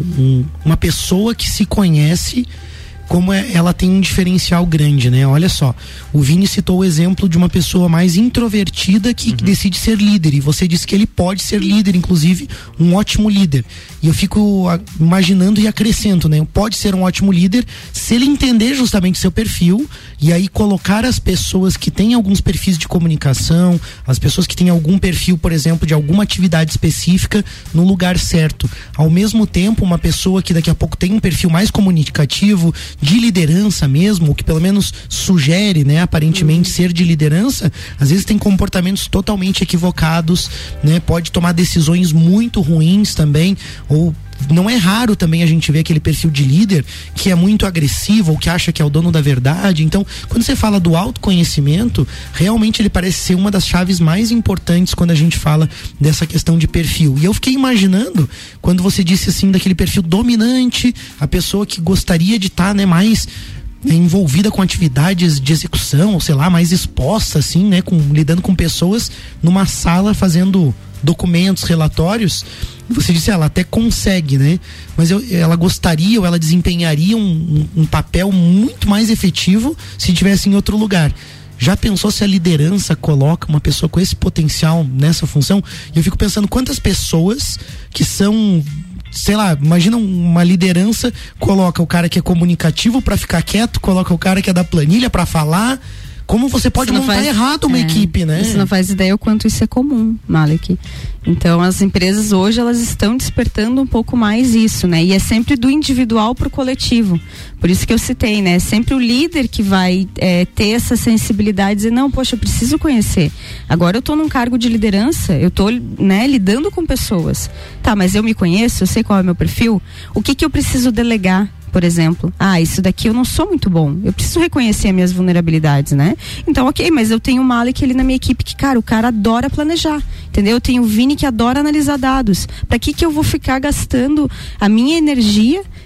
uma pessoa que se conhece, como ela tem um diferencial grande, né? Olha só, o Vini citou o exemplo de uma pessoa mais introvertida que decide ser líder, e você disse que ele pode ser líder, inclusive um ótimo líder. E eu fico imaginando e acrescento, né? Pode ser um ótimo líder se ele entender justamente seu perfil e aí colocar as pessoas que têm alguns perfis de comunicação, as pessoas que têm algum perfil, por exemplo, de alguma atividade específica no lugar certo. Ao mesmo tempo, uma pessoa que daqui a pouco tem um perfil mais comunicativo, de liderança mesmo, o que pelo menos sugere, né, aparentemente ser de liderança, às vezes tem comportamentos totalmente equivocados, né, pode tomar decisões muito ruins também, ou não é raro também a gente ver aquele perfil de líder que é muito agressivo ou que acha que é o dono da verdade. Então, quando você fala do autoconhecimento, realmente ele parece ser uma das chaves mais importantes quando a gente fala dessa questão de perfil. E eu fiquei imaginando, quando você disse assim, daquele perfil dominante, a pessoa que gostaria de estar, né, mais envolvida com atividades de execução, ou sei lá, mais exposta assim, né, lidando com pessoas numa sala fazendo documentos, relatórios. Você disse, ela até consegue, né? Mas ela gostaria ou ela desempenharia um papel muito mais efetivo se estivesse em outro lugar. Já pensou se a liderança coloca uma pessoa com esse potencial nessa função? E eu fico pensando quantas pessoas que são, sei lá, imagina uma liderança, coloca o cara que é comunicativo pra ficar quieto, coloca o cara que é da planilha pra falar. Como você pode montar errado uma equipe, né? Você não faz ideia o quanto isso é comum, Malek. Então as empresas hoje, elas estão despertando um pouco mais isso, né? E é sempre do individual pro coletivo. Por isso que eu citei, né? É sempre o líder que vai ter essa sensibilidade e dizer, não, poxa, eu preciso conhecer. Agora eu tô num cargo de liderança, eu tô, né, lidando com pessoas. Tá, mas eu me conheço, eu sei qual é o meu perfil. O que eu preciso delegar? Por exemplo, isso daqui eu não sou muito bom, eu preciso reconhecer as minhas vulnerabilidades, né? Então, ok, mas eu tenho o Malek ali na minha equipe que, cara, o cara adora planejar, entendeu? Eu tenho o Vini que adora analisar dados. Pra que eu vou ficar gastando a minha energia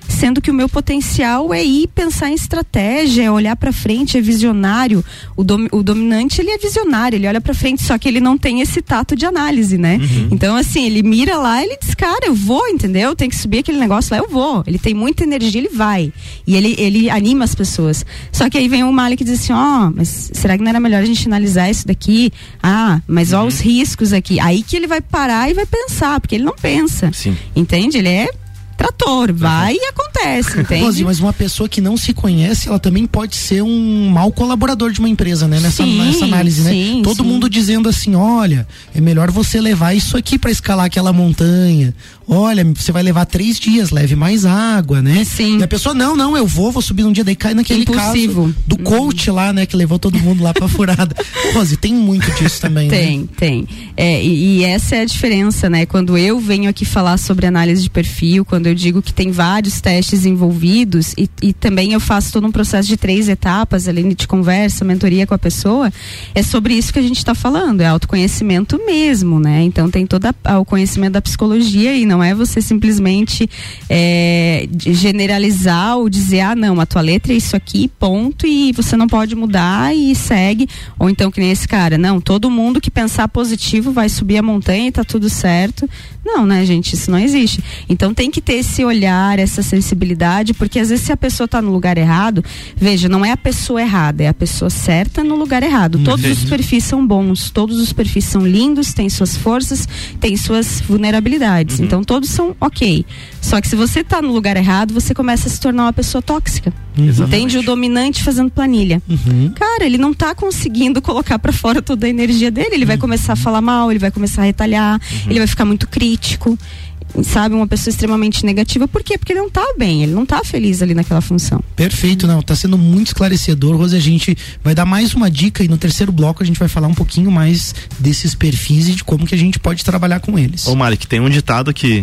sendo que o meu potencial é ir pensar em estratégia, é olhar para frente, é visionário. O dominante, ele é visionário, ele olha para frente, só que ele não tem esse tato de análise, né? Então, assim, ele mira lá, ele diz, cara, eu vou, entendeu? Tem que subir aquele negócio lá, eu vou. Ele tem muita energia, ele vai. E ele anima as pessoas. Só que aí vem o Malik e diz assim, mas será que não era melhor a gente analisar isso daqui? Mas ó os riscos aqui. Aí que ele vai parar e vai pensar, porque ele não pensa. Sim. Entende? Ele é trator, vai e acontece, entende? Rose, mas uma pessoa que não se conhece, ela também pode ser um mau colaborador de uma empresa, né? Nessa análise, né? Sim, todo mundo dizendo assim, olha, é melhor você levar isso aqui para escalar aquela montanha. Olha, você vai levar 3 dias, leve mais água, né? Sim. E a pessoa, não, eu vou subir um dia, daí cai naquele caso do coach lá, né? Que levou todo mundo lá pra furada. Rose, tem muito disso também, Tem. E essa é a diferença, né? Quando eu venho aqui falar sobre análise de perfil, quando eu digo que tem vários testes envolvidos e também eu faço todo um processo de 3 etapas, além de conversa, mentoria com a pessoa, é sobre isso que a gente tá falando, é autoconhecimento mesmo, né? Então tem todo o conhecimento da psicologia e não é você simplesmente generalizar ou dizer, não, a tua letra é isso aqui, ponto, e você não pode mudar e segue, ou então que nem esse cara, não, todo mundo que pensar positivo vai subir a montanha e tá tudo certo. Não, né, gente, isso não existe. Então tem que ter esse olhar, essa sensibilidade, porque às vezes se a pessoa tá no lugar errado, veja, não é a pessoa errada, é a pessoa certa no lugar errado. Todos os perfis são bons, todos os perfis são lindos, têm suas forças, têm suas vulnerabilidades. Então todos são ok. Só que se você tá no lugar errado, você começa a se tornar uma pessoa tóxica. Entende? O dominante fazendo planilha. Cara, ele não tá conseguindo colocar pra fora toda a energia dele, ele vai começar a falar mal, ele vai começar a retalhar, ele vai ficar muito crítico, sabe? Uma pessoa extremamente negativa. Por quê? Porque ele não tá bem, ele não tá feliz ali naquela função. Perfeito, não, tá sendo muito esclarecedor, Rose. A gente vai dar mais uma dica e no terceiro bloco a gente vai falar um pouquinho mais desses perfis e de como que a gente pode trabalhar com eles. Ô Malik, tem um ditado que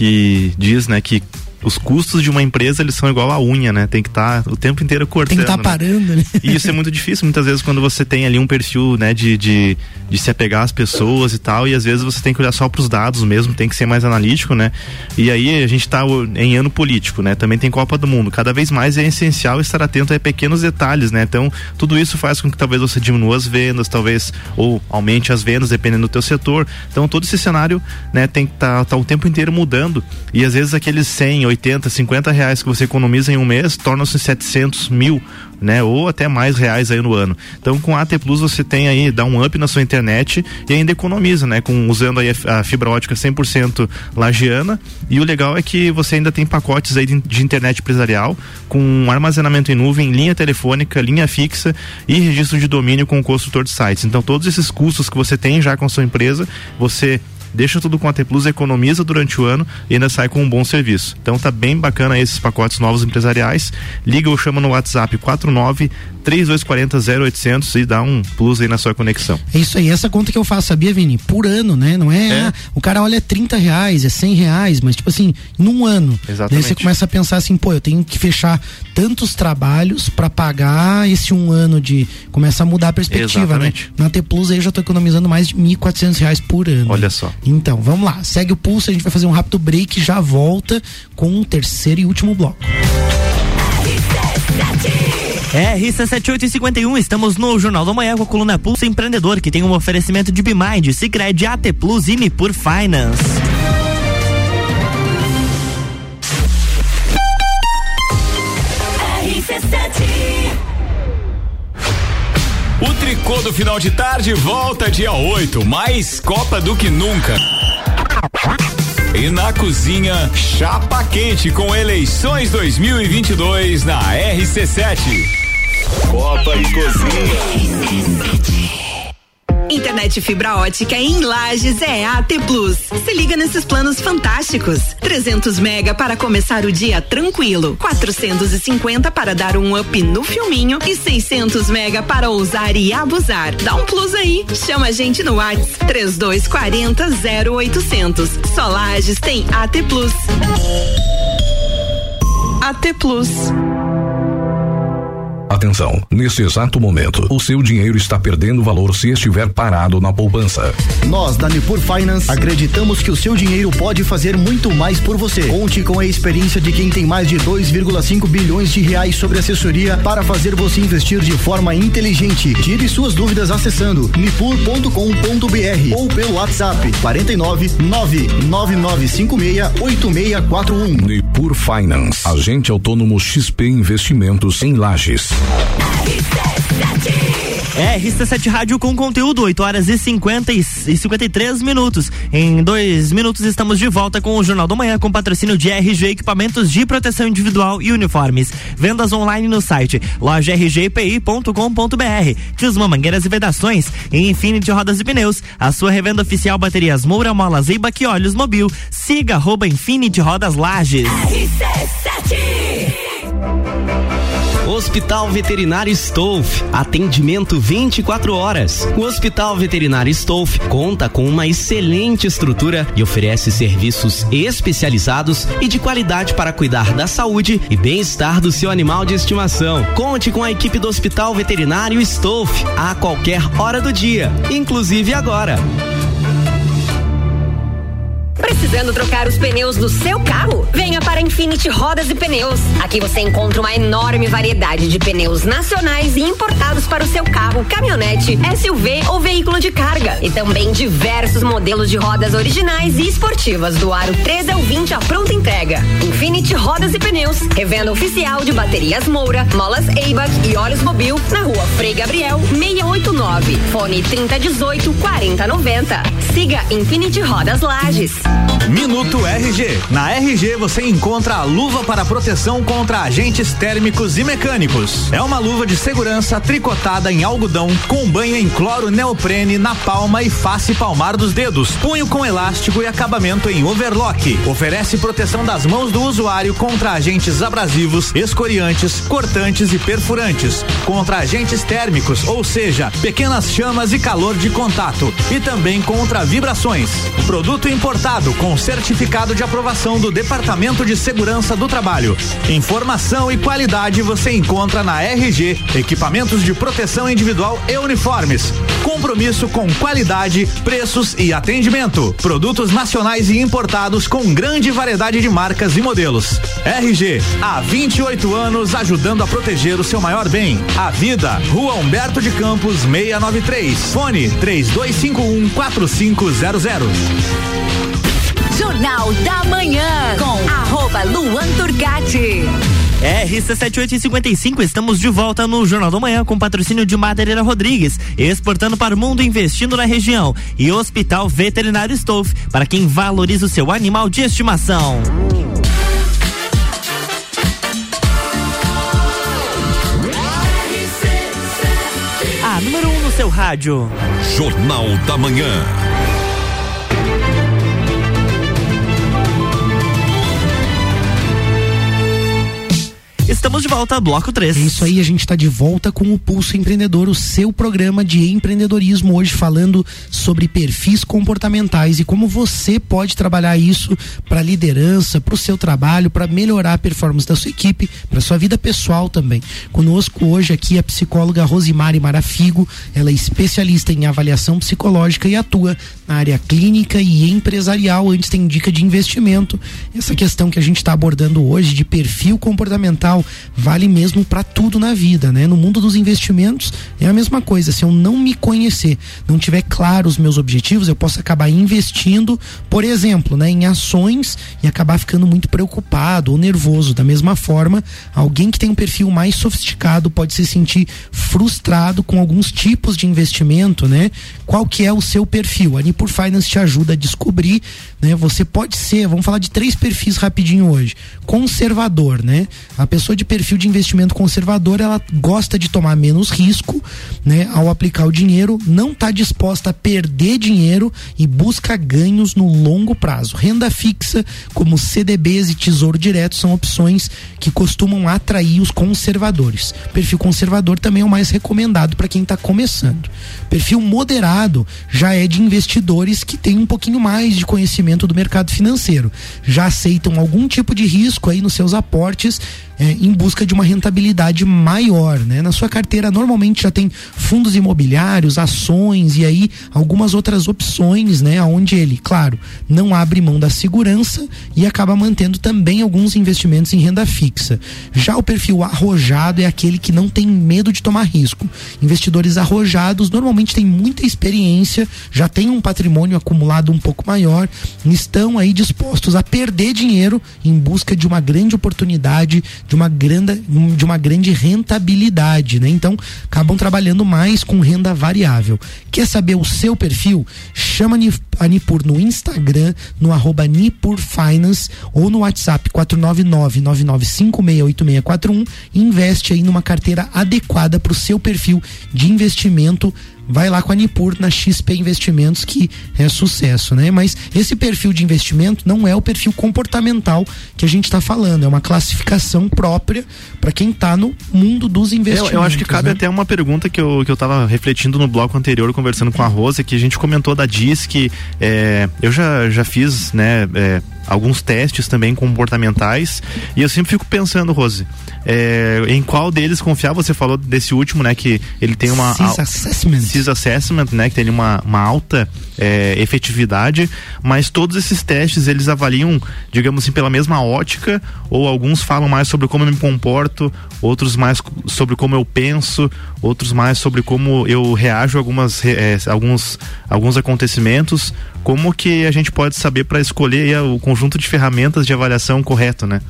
diz, né, que os custos de uma empresa, eles são igual a unha, né? Tem que estar o tempo inteiro cortando. Tem que estar parando, né? E isso é muito difícil, muitas vezes, quando você tem ali um perfil, né, de se apegar às pessoas e tal, e às vezes você tem que olhar só pros dados mesmo, tem que ser mais analítico, né? E aí a gente tá em ano político, né? Também tem Copa do Mundo. Cada vez mais é essencial estar atento a pequenos detalhes, né? Então, tudo isso faz com que talvez você diminua as vendas, talvez, ou aumente as vendas, dependendo do teu setor. Então, todo esse cenário, né, tem que tá o tempo inteiro mudando, e às vezes aqueles 100, 80, 50 reais que você economiza em um mês tornam-se 700 mil, né? Ou até mais reais aí no ano. Então com a AT Plus você tem aí, dá um up na sua internet e ainda economiza, né? Usando aí a fibra ótica 100% lagiana, e o legal é que você ainda tem pacotes aí de internet empresarial com armazenamento em nuvem, linha telefônica, linha fixa e registro de domínio com o construtor de sites. Então todos esses custos que você tem já com a sua empresa, você deixa tudo com a AT Plus, economiza durante o ano e ainda sai com um bom serviço. Então tá bem bacana esses pacotes novos empresariais. Liga ou chama no WhatsApp 49-3240-0800 e dá um plus aí na sua conexão. É isso aí, essa conta que eu faço, sabia, Vini? Por ano, né? Não é. O cara olha R$30, R$100, mas tipo assim, num ano. Exatamente. Daí você começa a pensar assim, eu tenho que fechar tantos trabalhos pra pagar esse um ano de. Começa a mudar a perspectiva, exatamente, né? Na AT Plus aí eu já tô economizando mais de R$1.400 por ano. Olha só. Então, vamos lá, segue o pulso, a gente vai fazer um rápido break e já volta com o terceiro e último bloco. RC7851, estamos no Jornal da Manhã com a coluna Pulso Empreendedor, que tem um oferecimento de Bimind, Sicredi, AT Plus e Nipur Finance. O tricô do final de tarde volta dia 8, mais Copa do que nunca. E na cozinha, chapa quente com eleições 2022 na RC7. Copa e Cozinha. Internet fibra ótica em Lages é AT Plus. Se liga nesses planos fantásticos. 300 mega para começar o dia tranquilo, 450 para dar um up no filminho e 600 mega para ousar e abusar. Dá um plus aí. Chama a gente no WhatsApp 3240-0800. Só Lages tem AT Plus. AT Plus. A Atenção, nesse exato momento, o seu dinheiro está perdendo valor se estiver parado na poupança. Nós, da Nipur Finance, acreditamos que o seu dinheiro pode fazer muito mais por você. Conte com a experiência de quem tem mais de 2,5 bilhões de reais sobre assessoria para fazer você investir de forma inteligente. Tire suas dúvidas acessando nipur.com.br ou pelo WhatsApp 49999568641. Nipur Finance, agente autônomo XP Investimentos em Lages. RC7 Rádio com conteúdo, 8h53 minutos. Em 2 minutos estamos de volta com o Jornal da Manhã, com patrocínio de RG Equipamentos de Proteção Individual e Uniformes. Vendas online no site lojargpi.com.br. Tisma Mangueiras e Vedações e Infinity Rodas e Pneus. A sua revenda oficial Baterias Moura, Molas, Eibac e Óleos Mobil. Siga @Infinity Rodas Lages. Hospital Veterinário Stolf, atendimento 24 horas. O Hospital Veterinário Stolf conta com uma excelente estrutura e oferece serviços especializados e de qualidade para cuidar da saúde e bem-estar do seu animal de estimação. Conte com a equipe do Hospital Veterinário Stolf a qualquer hora do dia, inclusive agora. Precisando trocar os pneus do seu carro? Venha para Infinity Rodas e Pneus. Aqui você encontra uma enorme variedade de pneus nacionais e importados para o seu carro, caminhonete, SUV ou veículo de carga. E também diversos modelos de rodas originais e esportivas do aro 13 ao 20 à pronta entrega. Infinity Rodas e Pneus, revenda oficial de baterias Moura, molas Eibac e óleos Mobil, na rua Frei Gabriel 689. Fone 3018-4090. Siga Infinity Rodas Lages. Minuto RG. Na RG você encontra a luva para proteção contra agentes térmicos e mecânicos. É uma luva de segurança tricotada em algodão com banho em cloro neoprene na palma e face palmar dos dedos, punho com elástico e acabamento em overlock. Oferece proteção das mãos do usuário contra agentes abrasivos, escoriantes, cortantes e perfurantes, contra agentes térmicos, ou seja, pequenas chamas e calor de contato, e também contra vibrações. Produto importado com certificado de aprovação do Departamento de Segurança do Trabalho. Informação e qualidade você encontra na RG, equipamentos de proteção individual e uniformes. Compromisso com qualidade, preços e atendimento. Produtos nacionais e importados com grande variedade de marcas e modelos. RG, há 28 anos ajudando a proteger o seu maior bem, a vida. Rua Humberto de Campos 693. Fone 3251-4500. Jornal da Manhã, com @Luan Turcati. RC7855, estamos de volta no Jornal da Manhã com patrocínio de Madeireira Rodrigues, exportando para o mundo, investindo na região, e Hospital Veterinário Stolf, para quem valoriza o seu animal de estimação. A número 1 no seu rádio. Jornal da Manhã. Estamos de volta, bloco 3. É isso aí, a gente está de volta com o Pulso Empreendedor, o seu programa de empreendedorismo, hoje falando sobre perfis comportamentais e como você pode trabalhar isso para liderança, para o seu trabalho, para melhorar a performance da sua equipe, para sua vida pessoal também. Conosco hoje aqui a psicóloga Rosimari Marafigo, ela é especialista em avaliação psicológica e atua na área clínica e empresarial, antes tem dica de investimento. Essa questão que a gente está abordando hoje de perfil comportamental vale mesmo para tudo na vida, né? No mundo dos investimentos é a mesma coisa. Se eu não me conhecer, não tiver claro os meus objetivos, eu posso acabar investindo, por exemplo, né, em ações e acabar ficando muito preocupado ou nervoso. Da mesma forma, alguém que tem um perfil mais sofisticado pode se sentir frustrado com alguns tipos de investimento, né? Qual que é o seu perfil? A Nipur Finance te ajuda a descobrir, né? Você pode ser, vamos falar de 3 perfis rapidinho hoje. Conservador, né? A pessoa de perfil de investimento conservador, ela gosta de tomar menos risco, né? Ao aplicar o dinheiro, não está disposta a perder dinheiro e busca ganhos no longo prazo. Renda fixa, como CDBs e Tesouro Direto, são opções que costumam atrair os conservadores. Perfil conservador também é o mais recomendado para quem está começando. Perfil moderado já é de investidores que têm um pouquinho mais de conhecimento do mercado financeiro, já aceitam algum tipo de risco aí nos seus aportes, em busca de uma rentabilidade maior, né? Na sua carteira normalmente já tem fundos imobiliários, ações e aí algumas outras opções, né? Onde ele, claro, não abre mão da segurança e acaba mantendo também alguns investimentos em renda fixa. Já o perfil arrojado é aquele que não tem medo de tomar risco. Investidores arrojados normalmente têm muita experiência, já têm um patrimônio acumulado um pouco maior, estão aí dispostos a perder dinheiro em busca de uma grande oportunidade, de uma grande rentabilidade, né? Então, acabam trabalhando mais com renda variável. Quer saber o seu perfil? Chama a Nipur no Instagram, no @NipurFinance ou no WhatsApp 499-99568641 e investe aí numa carteira adequada para o seu perfil de investimento. Vai lá com a Nipur na XP Investimentos, que é sucesso, né? Mas esse perfil de investimento não é o perfil comportamental que a gente está falando, é uma classificação própria para quem está no mundo dos investimentos. Eu acho que cabe até uma pergunta que eu tava refletindo no bloco anterior, conversando com a Rose, que a gente comentou da DISC, eu já fiz, né, alguns testes também comportamentais, e eu sempre fico pensando, Rose, em qual deles confiar. Você falou desse último, né, que ele tem uma CIS Assessment, né, que tem uma alta efetividade, mas todos esses testes eles avaliam, digamos assim, pela mesma ótica, ou alguns falam mais sobre como eu me comporto, outros mais sobre como eu penso, outros mais sobre como eu reajo a alguns acontecimentos. Como que a gente pode saber para escolher o conjunto de ferramentas de avaliação correto, né?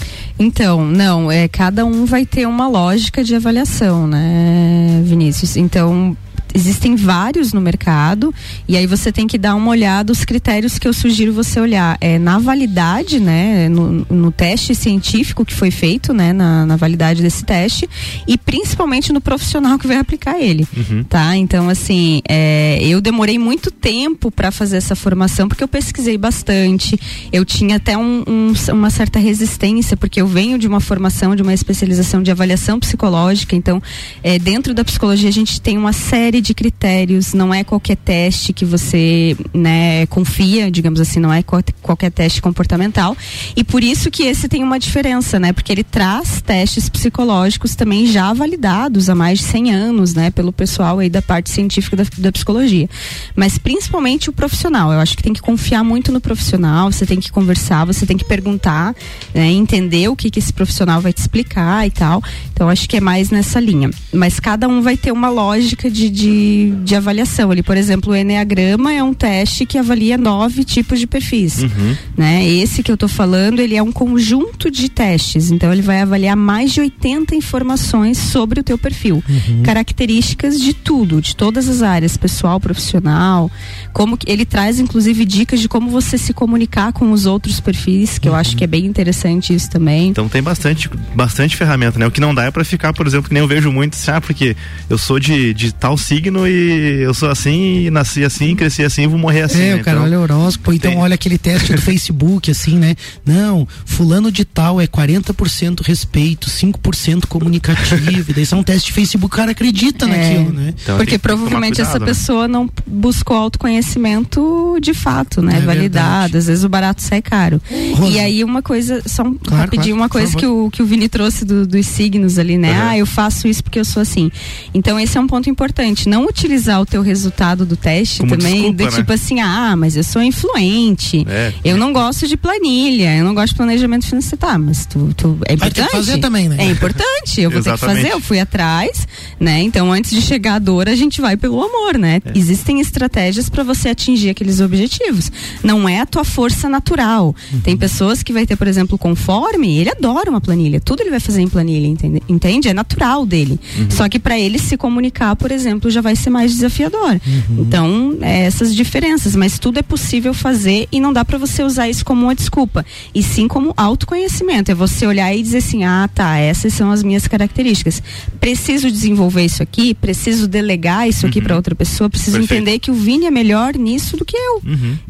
Então, não, cada um vai ter uma lógica de avaliação, né, Vinícius? Então, existem vários no mercado e aí você tem que dar uma olhada, os critérios que eu sugiro você olhar na validade, né, no teste científico que foi feito, né, na validade desse teste, e principalmente no profissional que vai aplicar ele, tá? Então, assim, eu demorei muito tempo para fazer essa formação porque eu pesquisei bastante, eu tinha até uma certa resistência porque eu venho de uma formação, de uma especialização de avaliação psicológica. Então, dentro da psicologia a gente tem uma série de critérios, não é qualquer teste que você, né, confia, digamos assim, não é qualquer teste comportamental, e por isso que esse tem uma diferença, né, porque ele traz testes psicológicos também já validados há mais de 100 anos, né, pelo pessoal aí da parte científica da psicologia, mas principalmente o profissional. Eu acho que tem que confiar muito no profissional, você tem que conversar, você tem que perguntar, né, entender o que esse profissional vai te explicar e tal. Então acho que é mais nessa linha, mas cada um vai ter uma lógica de avaliação. Ali, por exemplo, o Enneagrama é um teste que avalia 9 tipos de perfis, né? Esse que eu tô falando, ele é um conjunto de testes, então ele vai avaliar mais de 80 informações sobre o teu perfil, características de tudo, de todas as áreas, pessoal, profissional, como que ele traz inclusive dicas de como você se comunicar com os outros perfis, que eu acho que é bem interessante isso também. Então tem bastante ferramenta, né? O que não dá é pra ficar, por exemplo, que nem eu vejo muito, porque eu sou de tal signo e eu sou assim, nasci assim, cresci assim, vou morrer assim. O cara olha o horóscopo, então olha aquele teste do Facebook, assim, né? Não, fulano de tal é 40% respeito, 5% comunicativo, e daí são testes de Facebook, o cara acredita naquilo, né? Então, porque provavelmente essa pessoa não buscou autoconhecimento de fato, né? Validado, às vezes o barato sai caro. E aí uma coisa, só rapidinho, uma coisa que o Vini trouxe dos signos ali, né? Eu faço isso porque eu sou assim. Então esse é um ponto importante, não utilizar o teu resultado do teste como também, desculpa, tipo, né? Assim, mas eu sou influente, eu não gosto de planilha, eu não gosto de planejamento financeiro, mas tu é importante. Vai ter que fazer também, né? É importante, eu vou ter que fazer, eu fui atrás, né? Então antes de chegar a dor, a gente vai pelo amor, né? Existem estratégias para você atingir aqueles objetivos, não é a tua força natural. Tem pessoas que vai ter, por exemplo, conforme, ele adora uma planilha, tudo ele vai fazer em planilha, entende? É natural dele, só que para ele se comunicar, por exemplo, já vai ser mais desafiador. Então, essas diferenças, mas tudo é possível fazer e não dá para você usar isso como uma desculpa, e sim como autoconhecimento. É você olhar e dizer assim, essas são as minhas características. Preciso desenvolver isso aqui, preciso delegar isso aqui para outra pessoa, preciso entender que o Vini é melhor nisso do que eu.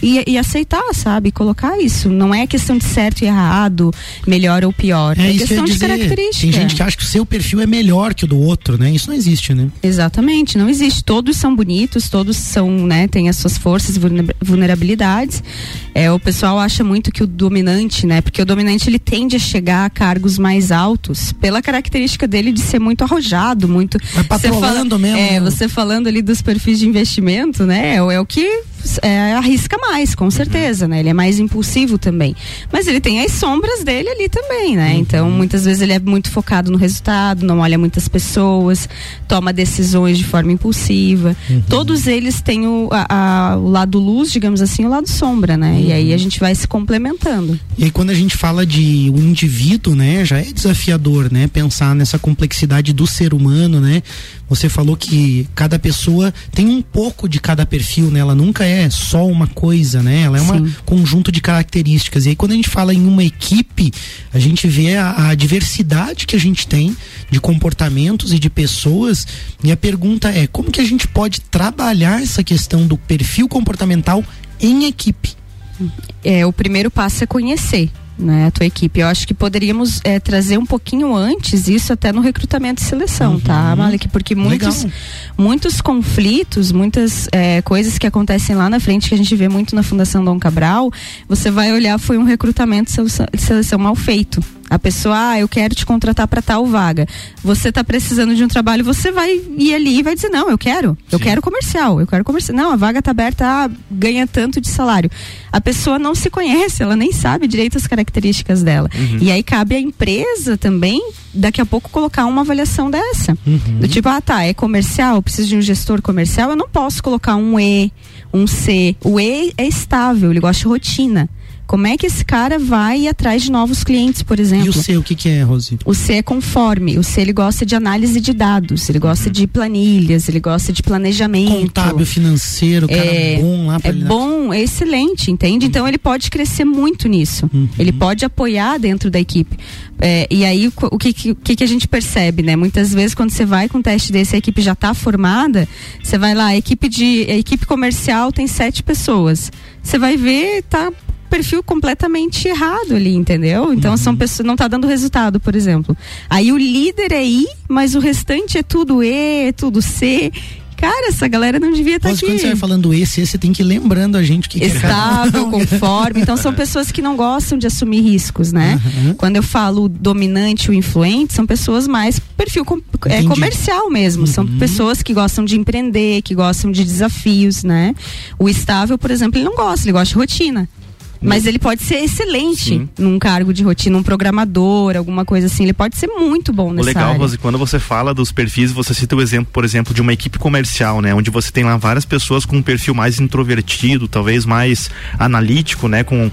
E aceitar, sabe? Colocar isso. Não é questão de certo e errado, melhor ou pior. É questão de característica. Tem gente que acha que o seu perfil é melhor que o do outro, né? Isso não existe, né? Exatamente, não existe. existe. Todos são bonitos, todos são, né, têm as suas forças e vulnerabilidades. O pessoal acha muito que o dominante, né, porque o dominante ele tende a chegar a cargos mais altos pela característica dele de ser muito arrojado, muito. Vai patrolando mesmo. Você falando ali dos perfis de investimento, né, é o que arrisca mais, com certeza, né? Ele é mais impulsivo também. Mas ele tem as sombras dele ali também, né? Então, muitas vezes ele é muito focado no resultado, não olha muitas pessoas, toma decisões de forma impulsiva. Todos eles têm o lado luz, digamos assim, o lado sombra, né? E aí a gente vai se complementando. E aí quando a gente fala de um indivíduo, né? Já é desafiador, né? Pensar nessa complexidade do ser humano, né? Você falou que cada pessoa tem um pouco de cada perfil, né? Ela nunca é só uma coisa, né? Ela é um conjunto de características. E aí quando a gente fala em uma equipe, a gente vê a diversidade que a gente tem de comportamentos e de pessoas. E a pergunta é, como que a gente pode trabalhar essa questão do perfil comportamental em equipe? O primeiro passo é conhecer, né, a tua equipe. Eu acho que poderíamos trazer um pouquinho antes isso até no recrutamento e seleção, tá, Malek? Porque muitos conflitos, muitas coisas que acontecem lá na frente, que a gente vê muito na Fundação Dom Cabral, você vai olhar, foi um recrutamento e seleção mal feito. A pessoa, eu quero te contratar para tal vaga. Você tá precisando de um trabalho, você vai ir ali e vai dizer, não, eu quero comercial. Não, a vaga tá aberta, ganha tanto de salário. A pessoa não se conhece, ela nem sabe direito as características dela. E aí cabe à empresa também, daqui a pouco, colocar uma avaliação dessa. Do tipo, é comercial, eu preciso de um gestor comercial, eu não posso colocar um E, um C. O E é estável, ele gosta de rotina. Como é que esse cara vai ir atrás de novos clientes, por exemplo? E o C, o que é, Rosi? O C é conforme. O C, ele gosta de análise de dados, ele gosta de planilhas, ele gosta de planejamento. Contábil, financeiro, cara bom lá pra ele. Bom, é excelente, entende? Então ele pode crescer muito nisso. Ele pode apoiar dentro da equipe. E aí, o que a gente percebe, né? Muitas vezes, quando você vai com um teste desse, a equipe já está formada, você vai lá, a equipe comercial tem 7 pessoas. Você vai ver, tá perfil completamente errado ali, entendeu? Então são pessoas, não tá dando resultado, por exemplo. Aí o líder é I, mas o restante é tudo E, tudo C. Cara, essa galera não devia estar aqui. Quando você vai falando esse, você tem que ir lembrando a gente que estável, conforme. Então são pessoas que não gostam de assumir riscos, né? Quando eu falo o dominante, o influente, são pessoas mais perfil comercial mesmo. São pessoas que gostam de empreender, que gostam de desafios, né? O estável, por exemplo, ele não gosta, ele gosta de rotina. Mas ele pode ser excelente num cargo de rotina, um programador, alguma coisa assim. Ele pode ser muito bom nessa área. O legal, Rose, quando você fala dos perfis, você cita o exemplo, por exemplo, de uma equipe comercial, né? Onde você tem lá várias pessoas com um perfil mais introvertido, talvez mais analítico, né? Com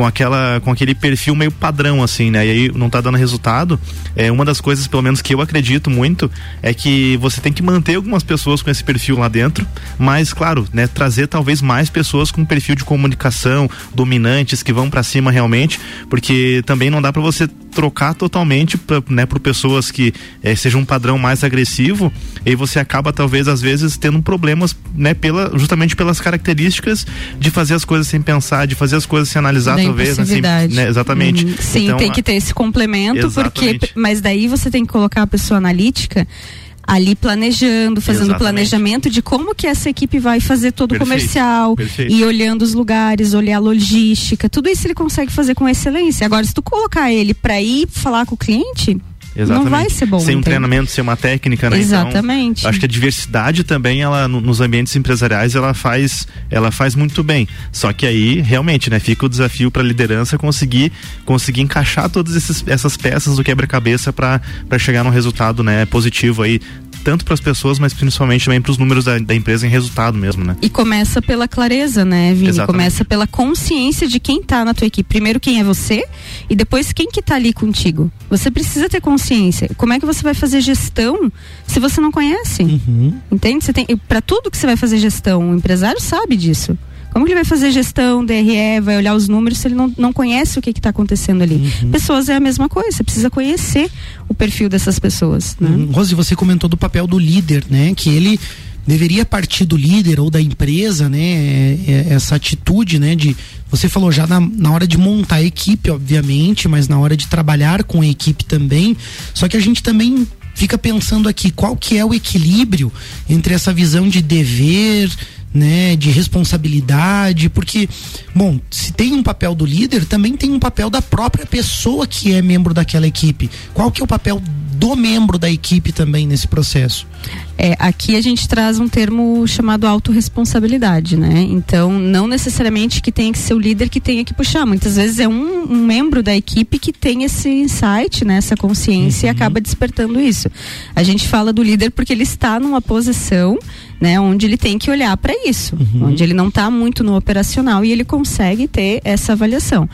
aquele perfil meio padrão, assim, né? E aí não tá dando resultado. Uma das coisas, pelo menos, que eu acredito muito, é que você tem que manter algumas pessoas com esse perfil lá dentro, mas, claro, né? Trazer talvez mais pessoas com perfil de comunicação, dominante, que vão pra cima realmente, porque também não dá pra você trocar totalmente por pessoas que sejam um padrão mais agressivo, e você acaba talvez às vezes tendo problemas, né, justamente pelas características de fazer as coisas sem pensar, de fazer as coisas sem analisar, talvez, assim, né, exatamente. Sim, então, tem que ter esse complemento, mas daí você tem que colocar a pessoa analítica ali planejando, fazendo planejamento de como que essa equipe vai fazer todo o comercial, e olhando os lugares, olhar a logística, tudo isso ele consegue fazer com excelência. Agora, se tu colocar ele para ir falar com o cliente, não vai ser bom. Sem um treinamento, sem uma técnica, né? Exatamente. Então, acho que a diversidade também, ela nos ambientes empresariais, ela faz muito bem. Só que aí, realmente, né? Fica o desafio para a liderança conseguir encaixar todas essas peças do quebra-cabeça para chegar num resultado, né, positivo aí, tanto para as pessoas, mas principalmente também para os números da empresa em resultado mesmo, né? E começa pela clareza, né, Vini? Exatamente. Começa pela consciência de quem tá na tua equipe. Primeiro quem é você e depois quem que tá ali contigo. Você precisa ter consciência. Como é que você vai fazer gestão se você não conhece? Entende? Você tem, para tudo que você vai fazer gestão, o empresário sabe disso. Como que ele vai fazer gestão, DRE, vai olhar os números se ele não conhece o que está acontecendo ali? Pessoas é a mesma coisa, você precisa conhecer o perfil dessas pessoas, né? Rose, você comentou do papel do líder, né? Que ele deveria partir do líder ou da empresa, né? Essa atitude, né? Você falou já na hora de montar a equipe, obviamente, mas na hora de trabalhar com a equipe também. Só que a gente também fica pensando aqui, qual que é o equilíbrio entre essa visão de dever, né, de responsabilidade, porque, bom, se tem um papel do líder, também tem um papel da própria pessoa que é membro daquela equipe. Qual que é o papel do membro da equipe também nesse processo? Aqui a gente traz um termo chamado autorresponsabilidade, né? Então, não necessariamente que tenha que ser o líder que tenha que puxar. Muitas vezes é um membro da equipe que tem esse insight, né? Essa consciência e acaba despertando isso. A gente fala do líder porque ele está numa posição, né? Onde ele tem que olhar para isso. Onde ele não está muito no operacional e ele consegue ter essa avaliação.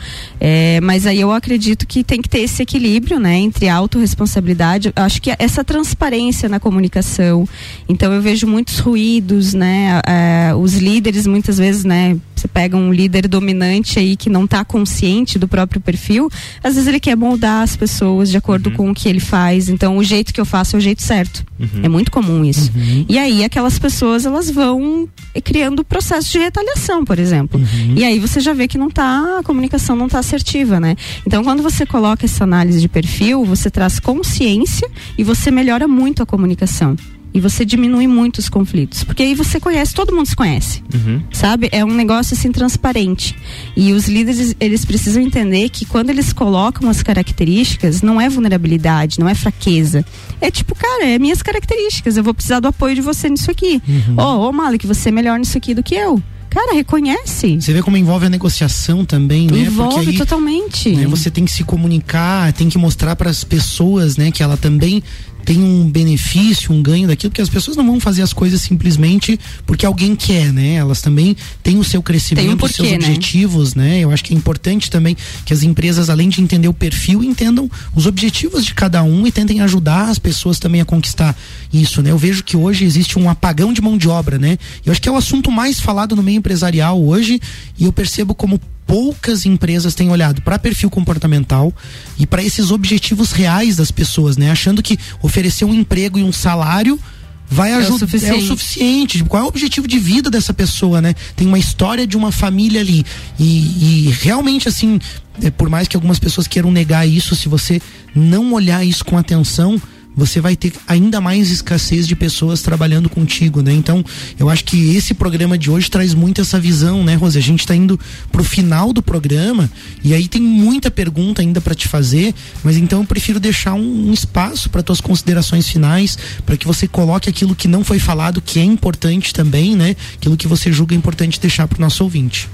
Mas aí eu acredito que tem que ter esse equilíbrio, né? Entre a autorresponsabilidade, acho que essa transparência na comunicação. Então eu vejo muitos ruídos, né? Os líderes muitas vezes, né? Você pega um líder dominante aí que não está consciente do próprio perfil, às vezes ele quer moldar as pessoas de acordo com o que ele faz. Então o jeito que eu faço é o jeito certo. É muito comum isso. E aí aquelas pessoas, elas vão criando processo de retaliação, por exemplo. E aí você já vê que a comunicação não está assertiva, né? Então quando você coloca essa análise de perfil, você traz consciência e você melhora muito a comunicação. E você diminui muito os conflitos. Porque aí você conhece, todo mundo se conhece. Sabe? É um negócio assim transparente. E os líderes, eles precisam entender que quando eles colocam as características, não é vulnerabilidade, não é fraqueza. É tipo, cara, é minhas características. Eu vou precisar do apoio de você nisso aqui. Malik, você é melhor nisso aqui do que eu. Cara, reconhece. Você vê como envolve a negociação também, né? Envolve porque aí, totalmente. Né, você tem que se comunicar, tem que mostrar para as pessoas, né, que ela também tem um benefício, um ganho daquilo, porque as pessoas não vão fazer as coisas simplesmente porque alguém quer, né? Elas também têm o seu crescimento, os seus objetivos, né? Eu acho que é importante também que as empresas, além de entender o perfil, entendam os objetivos de cada um e tentem ajudar as pessoas também a conquistar isso, né? Eu vejo que hoje existe um apagão de mão de obra, né? Eu acho que é o assunto mais falado no meio empresarial hoje, e eu percebo como poucas empresas têm olhado para perfil comportamental e para esses objetivos reais das pessoas, né? Achando que oferecer um emprego e um salário vai ajudar, é o suficiente. Tipo, qual é o objetivo de vida dessa pessoa, né? Tem uma história de uma família ali e realmente assim, por mais que algumas pessoas queiram negar isso, se você não olhar isso com atenção, você vai ter ainda mais escassez de pessoas trabalhando contigo, né? Então, eu acho que esse programa de hoje traz muito essa visão, né, Rose? A gente tá indo pro final do programa e aí tem muita pergunta ainda para te fazer, mas então eu prefiro deixar um espaço para tuas considerações finais, para que você coloque aquilo que não foi falado, que é importante também, né? Aquilo que você julga importante deixar pro nosso ouvinte.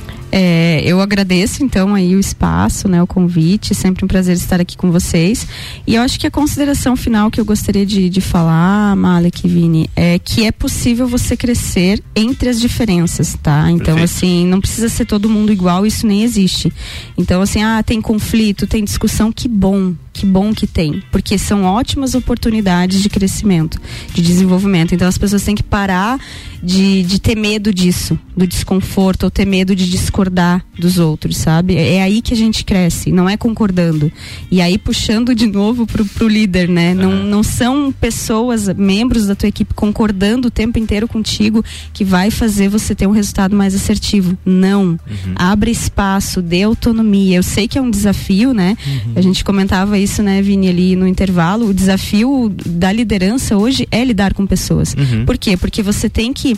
Eu agradeço então aí o espaço, né, o convite, sempre um prazer estar aqui com vocês. E eu acho que a consideração final que eu gostaria de falar, Malik e Vini, é que é possível você crescer entre as diferenças, tá? Então, assim, não precisa ser todo mundo igual, isso nem existe. Então, assim, tem conflito, tem discussão, que bom que tem, porque são ótimas oportunidades de crescimento, de desenvolvimento. Então as pessoas têm que parar de ter medo disso, do desconforto, ou ter medo de discordar dos outros, sabe? É aí que a gente cresce, não é concordando. E aí puxando de novo pro líder, né? Não são pessoas, membros da tua equipe concordando o tempo inteiro contigo que vai fazer você ter um resultado mais assertivo. Não. Abre espaço, dê autonomia. Eu sei que é um desafio, né? A gente comentava isso, né, Vini, ali no intervalo. O desafio da liderança hoje é lidar com pessoas. Por quê? Porque você tem que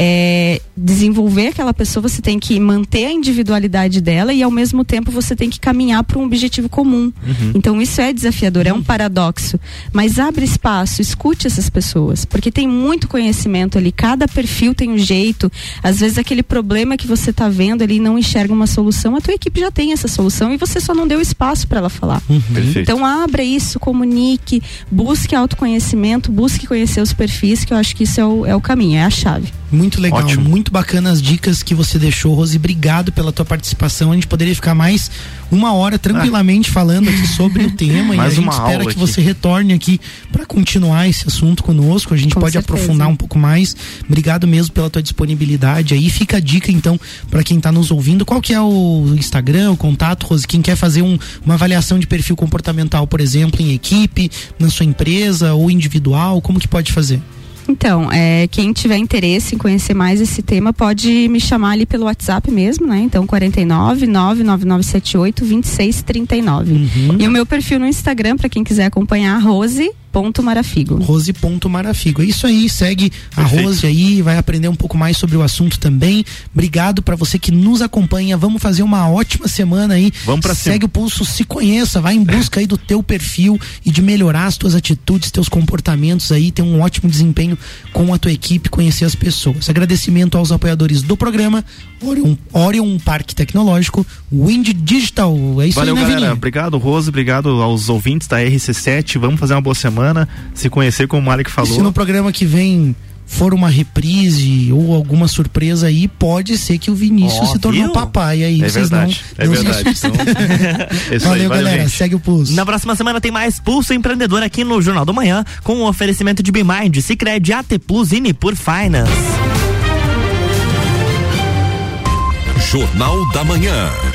desenvolver aquela pessoa, você tem que manter a individualidade dela e ao mesmo tempo você tem que caminhar para um objetivo comum. Então isso é desafiador, é um paradoxo, mas abre espaço, escute essas pessoas, porque tem muito conhecimento ali, cada perfil tem um jeito. Às vezes aquele problema que você está vendo ali não enxerga uma solução, a tua equipe já tem essa solução e você só não deu espaço para ela falar. Então abra isso, comunique, busque autoconhecimento, busque conhecer os perfis, que eu acho que isso é o caminho, é a chave. Muito legal, muito bacana as dicas que você deixou, Rose. Obrigado pela tua participação. A gente poderia ficar mais uma hora tranquilamente falando aqui sobre o tema e a gente espera que você retorne aqui para continuar esse assunto conosco. A gente pode aprofundar um pouco mais. Obrigado mesmo pela tua disponibilidade. Aí fica a dica então para quem tá nos ouvindo. Qual que é o Instagram, o contato, Rose? Quem quer fazer uma avaliação de perfil comportamental, por exemplo, em equipe, na sua empresa ou individual, como que pode fazer? Então, quem tiver interesse em conhecer mais esse tema pode me chamar ali pelo WhatsApp mesmo, né? Então, 49-99978-2639. E o meu perfil no Instagram, para quem quiser acompanhar, Rose Rose.Marafigo. Rose.Marafigo. É isso aí, segue a Rose aí, vai aprender um pouco mais sobre o assunto também. Obrigado pra você que nos acompanha. Vamos fazer uma ótima semana aí. Vamos pra cima. Segue o pulso, se conheça, vai em busca aí do teu perfil e de melhorar as tuas atitudes, teus comportamentos aí, ter um ótimo desempenho com a tua equipe, conhecer as pessoas. Agradecimento aos apoiadores do programa, Orion Parque Tecnológico, Wind Digital. É isso. Valeu, aí, né, galera. Vininho? Obrigado, Rose. Obrigado aos ouvintes da RC7. Vamos fazer uma boa semana, se conhecer, como o Malik falou. Se no programa que vem for uma reprise ou alguma surpresa aí, pode ser que o Vinícius se tornou papai aí. É verdade, não verdade. Então, valeu, galera. gente. Segue o Pulso. Na próxima semana tem mais Pulso Empreendedor aqui no Jornal da Manhã, com o oferecimento de BeMind, Sicredi, AT Plus e Nipur Finance. Jornal da Manhã.